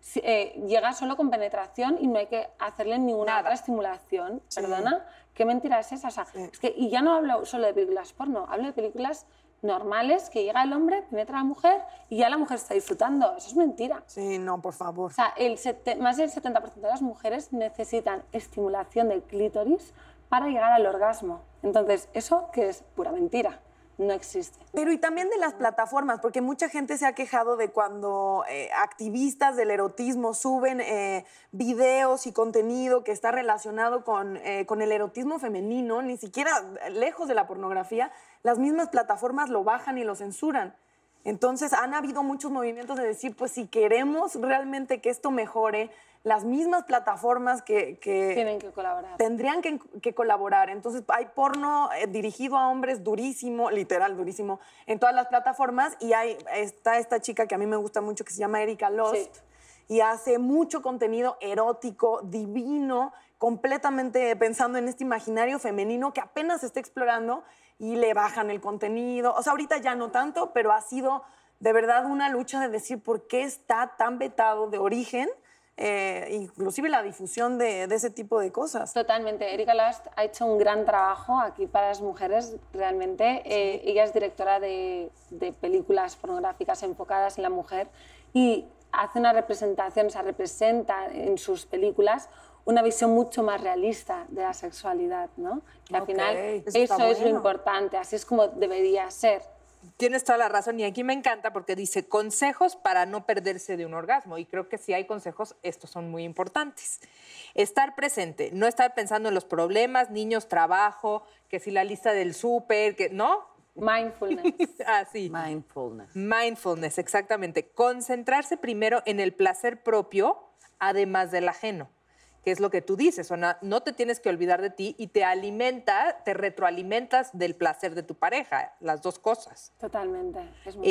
Speaker 8: llega solo con penetración y no hay que hacerle ninguna otra estimulación. ¿Perdona? ¿Qué mentira es esa? O sea, es que, y ya no hablo solo de películas porno, hablo de películas normales, que llega el hombre, penetra a la mujer y ya la mujer está disfrutando. Eso es mentira.
Speaker 3: Sí, no, por favor.
Speaker 8: O sea, más del 70% de las mujeres necesitan estimulación del clítoris para llegar al orgasmo. Entonces, eso que es pura mentira. No existe.
Speaker 3: Pero y también de las plataformas, porque mucha gente se ha quejado de cuando activistas del erotismo suben videos y contenido que está relacionado con el erotismo femenino, ni siquiera lejos de la pornografía, las mismas plataformas lo bajan y lo censuran. Entonces han habido muchos movimientos de decir, pues si queremos realmente que esto mejore, las mismas plataformas que
Speaker 8: tienen que colaborar.
Speaker 3: Tendrían que colaborar. Entonces hay porno dirigido a hombres durísimo, literal durísimo, en todas las plataformas y está esta chica que a mí me gusta mucho que se llama Erika Lost y hace mucho contenido erótico, divino, completamente pensando en este imaginario femenino que apenas se está explorando y le bajan el contenido. O sea, ahorita ya no tanto, pero ha sido de verdad una lucha de decir por qué está tan vetado de origen, inclusive la difusión de ese tipo de cosas.
Speaker 8: Totalmente. Erika Lust ha hecho un gran trabajo aquí para las mujeres, realmente. Ella es directora de películas pornográficas enfocadas en la mujer y hace una representación, o sea, representa en sus películas una visión mucho más realista de la sexualidad, ¿no? Que al final eso es lo importante, así es como debería ser.
Speaker 2: Tienes toda la razón y aquí me encanta porque dice consejos para no perderse de un orgasmo y creo que si hay consejos, estos son muy importantes. Estar presente, no estar pensando en los problemas, niños, trabajo, que si la lista del súper, que ¿no?
Speaker 8: Mindfulness.
Speaker 2: Así. Mindfulness, exactamente. Concentrarse primero en el placer propio, además del ajeno. Que es lo que tú dices, no te tienes que olvidar de ti y te retroalimentas del placer de tu pareja, las dos cosas.
Speaker 8: Totalmente.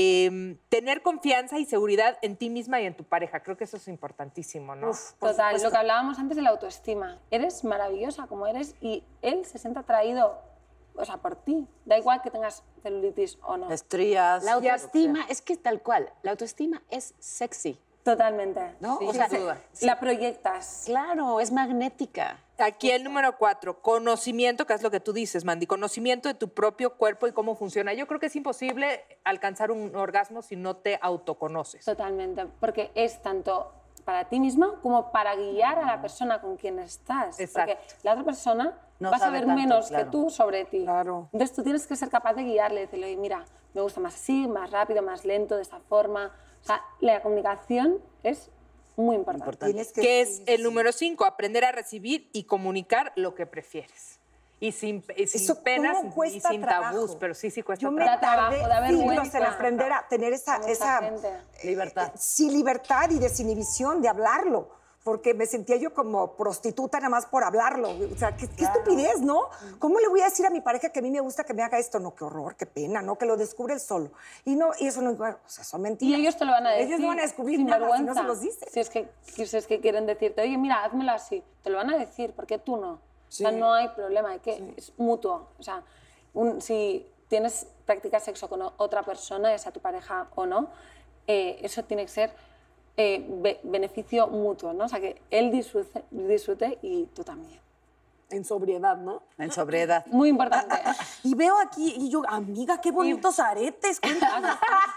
Speaker 2: Tener confianza y seguridad en ti misma y en tu pareja, creo que eso es importantísimo, ¿no?
Speaker 8: Total, lo que hablábamos antes de la autoestima. Eres maravillosa como eres y él se siente atraído, o sea, por ti. Da igual que tengas celulitis o no.
Speaker 4: Estrías.
Speaker 5: La autoestima es que tal cual, la autoestima es sexy.
Speaker 8: Totalmente.
Speaker 5: ¿No?
Speaker 8: Sí,
Speaker 5: o sea,
Speaker 8: la proyectas.
Speaker 5: Claro, es magnética.
Speaker 2: Aquí el número 4, conocimiento, que es lo que tú dices, Mandy, conocimiento de tu propio cuerpo y cómo funciona. Yo creo que es imposible alcanzar un orgasmo si no te autoconoces.
Speaker 8: Totalmente, porque es tanto para ti misma como para guiar a la persona con quien estás.
Speaker 2: Exacto.
Speaker 8: Porque la otra persona
Speaker 4: No
Speaker 8: va a
Speaker 4: sabe
Speaker 8: saber
Speaker 4: tanto,
Speaker 8: menos
Speaker 4: claro.
Speaker 8: que tú sobre ti.
Speaker 3: Claro.
Speaker 8: Entonces tú tienes que ser capaz de guiarle, decirle, oye, mira, me gusta más así, más rápido, más lento, de esta forma. O sea, la comunicación es muy importante.
Speaker 2: Que es el número 5, aprender a recibir y comunicar lo que prefieres. Y sin
Speaker 6: Eso,
Speaker 2: penas
Speaker 6: ¿cómo
Speaker 2: y
Speaker 6: cuesta
Speaker 2: sin
Speaker 6: trabajo?
Speaker 2: tabús, pero sí cuesta
Speaker 6: Yo me
Speaker 2: trabajo.
Speaker 8: Da trabajo, da
Speaker 6: tardé siglos
Speaker 8: vergüenza.
Speaker 6: en aprender a tener esa
Speaker 4: Libertad.
Speaker 6: sí, libertad y desinhibición de hablarlo. Porque me sentía yo como prostituta nada más por hablarlo. O sea, qué estupidez, ¿no? ¿Cómo le voy a decir a mi pareja que a mí me gusta que me haga esto? No, qué horror, qué pena, ¿no? Que lo descubre él solo. Y eso no, o sea, son
Speaker 8: Y
Speaker 6: mentiras.
Speaker 8: ellos te lo van a decir.
Speaker 6: Ellos no van a descubrir
Speaker 8: sin
Speaker 6: nada si
Speaker 8: vergüenza.
Speaker 6: no se los dices.
Speaker 8: Si es que quieren decirte, oye, mira, házmelo así. Te lo van a decir, ¿por qué tú no? O sea, no hay problema, es mutuo. O sea, si tienes práctica sexo con otra persona, ya sea tu pareja o no, eso tiene que ser beneficio mutuo, ¿no? O sea, que él disfrute y tú también.
Speaker 3: En sobriedad, ¿no?
Speaker 4: En sobriedad.
Speaker 8: Muy importante.
Speaker 3: Y veo aquí, y yo, amiga, qué bonitos aretes. Cuéntanos.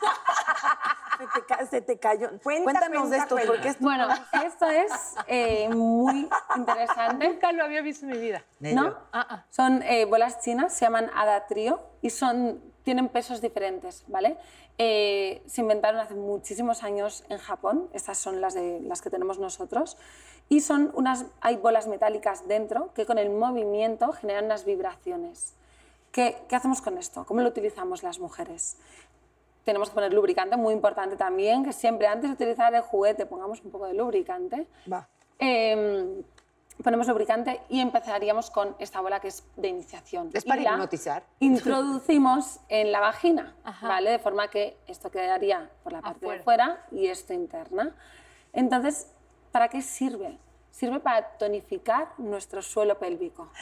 Speaker 3: se te cayó. Cuéntanos de esto, porque esto...
Speaker 8: Bueno, esto es muy interesante.
Speaker 2: Nunca lo había visto en mi vida.
Speaker 8: ¿No? Son bolas chinas, se llaman Ada Trio y son tienen pesos diferentes, ¿vale? Se inventaron hace muchísimos años en Japón, estas son las que tenemos nosotros, y hay bolas metálicas dentro que con el movimiento generan unas vibraciones. ¿Qué hacemos con esto? ¿Cómo lo utilizamos las mujeres? Tenemos que poner lubricante, muy importante también, que siempre antes de utilizar el juguete pongamos un poco de lubricante.
Speaker 6: Va.
Speaker 8: Ponemos lubricante y empezaríamos con esta bola que es de iniciación.
Speaker 5: ¿Es para
Speaker 8: Y la
Speaker 5: hipnotizar?
Speaker 8: Introducimos en la vagina, ¿vale? De forma que esto quedaría por la parte de fuera y esto interna. Entonces, ¿para qué sirve? Sirve para tonificar nuestro suelo pélvico.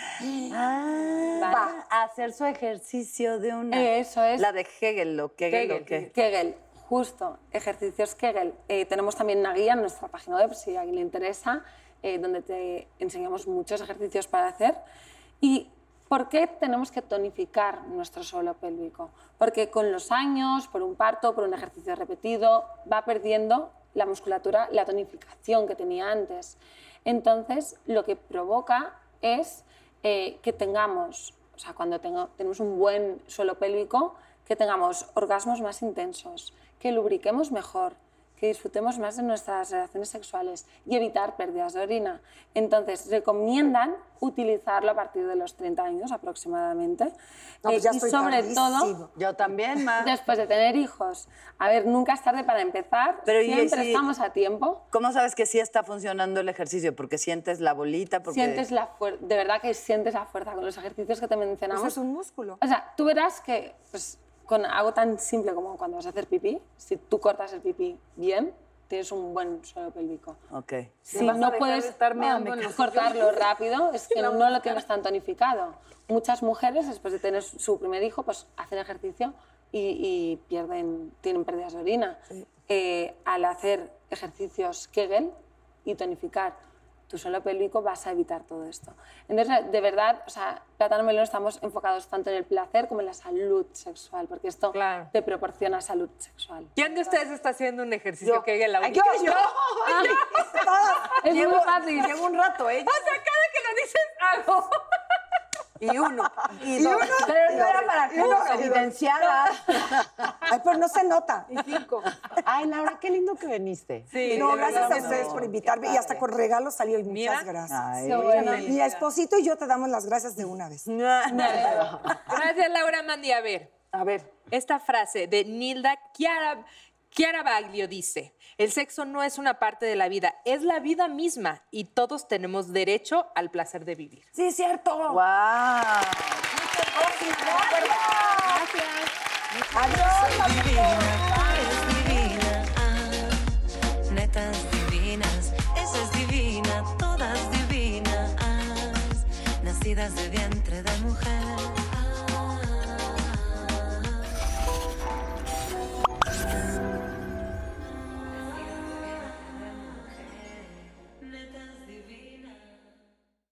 Speaker 4: Va a hacer su ejercicio de una...
Speaker 8: Eso es.
Speaker 4: La de Hegel o Kegel o qué.
Speaker 8: Kegel, justo, ejercicios Kegel. Tenemos también una guía en nuestra página web, si a alguien le interesa, donde te enseñamos muchos ejercicios para hacer. ¿Y por qué tenemos que tonificar nuestro suelo pélvico? Porque con los años, por un parto, por un ejercicio repetido, va perdiendo la musculatura, la tonificación que tenía antes. Entonces, lo que provoca es que tengamos, o sea, cuando tenemos un buen suelo pélvico, que tengamos orgasmos más intensos, que lubriquemos mejor, que disfrutemos más de nuestras relaciones sexuales y evitar pérdidas de orina. Entonces, recomiendan utilizarlo a partir de los 30 años aproximadamente.
Speaker 6: No, pues ya
Speaker 8: y
Speaker 6: estoy
Speaker 8: sobre
Speaker 6: tardísimo.
Speaker 8: todo,
Speaker 4: Yo también, ma.
Speaker 8: después de tener hijos. A ver, nunca es tarde para empezar,
Speaker 4: Pero, ¿y
Speaker 8: siempre
Speaker 4: si-
Speaker 8: estamos a tiempo.
Speaker 4: ¿Cómo sabes que sí está funcionando el ejercicio? Porque sientes la bolita, porque...
Speaker 8: Sientes la fuerza, de verdad que sientes la fuerza con los ejercicios que te mencionamos.
Speaker 6: Pues es un músculo.
Speaker 8: O sea, tú verás que pues, con algo tan simple como cuando vas a hacer pipí, si tú cortas el pipí bien, tienes un buen suelo pélvico.
Speaker 4: Ok.
Speaker 8: Si no puedes cortarlo rápido, es que no lo tienes tan tonificado. Muchas mujeres, después de tener su primer hijo, pues hacen ejercicio y tienen pérdidas de orina. Al hacer ejercicios Kegel y tonificar tu suelo pélvico, vas a evitar todo esto. Entonces, de verdad, o sea, Plátano Melón estamos enfocados tanto en el placer como en la salud sexual, porque esto
Speaker 2: Claro.
Speaker 8: te proporciona salud sexual.
Speaker 2: ¿Quién de ustedes está haciendo un ejercicio que la
Speaker 3: Yo.
Speaker 8: Es muy fácil.
Speaker 3: Llevo un rato, ¿eh?
Speaker 2: O sea, cada que lo dices hago.
Speaker 3: Y uno. Y dos.
Speaker 5: Pero no era para que nos evidenciaras.
Speaker 6: Ay, pero no se nota.
Speaker 5: Ay, Laura, qué lindo que viniste.
Speaker 2: Sí,
Speaker 6: No,
Speaker 2: de
Speaker 6: gracias
Speaker 2: verdad.
Speaker 6: a ustedes por invitarme. Y hasta con regalos salió. Y muchas gracias.
Speaker 4: Ay.
Speaker 6: Mi esposito y yo te damos las gracias de una vez.
Speaker 2: Gracias, Laura Mandi. A ver, esta frase de Nilda Chiarabaglio dice: el sexo no es una parte de la vida, es la vida misma y todos tenemos derecho al placer de vivir.
Speaker 3: Sí, es cierto.
Speaker 4: ¡Wow!
Speaker 1: Divina, netas divinas, esa es divina, todas divinas, nacidas de vientre de mujer.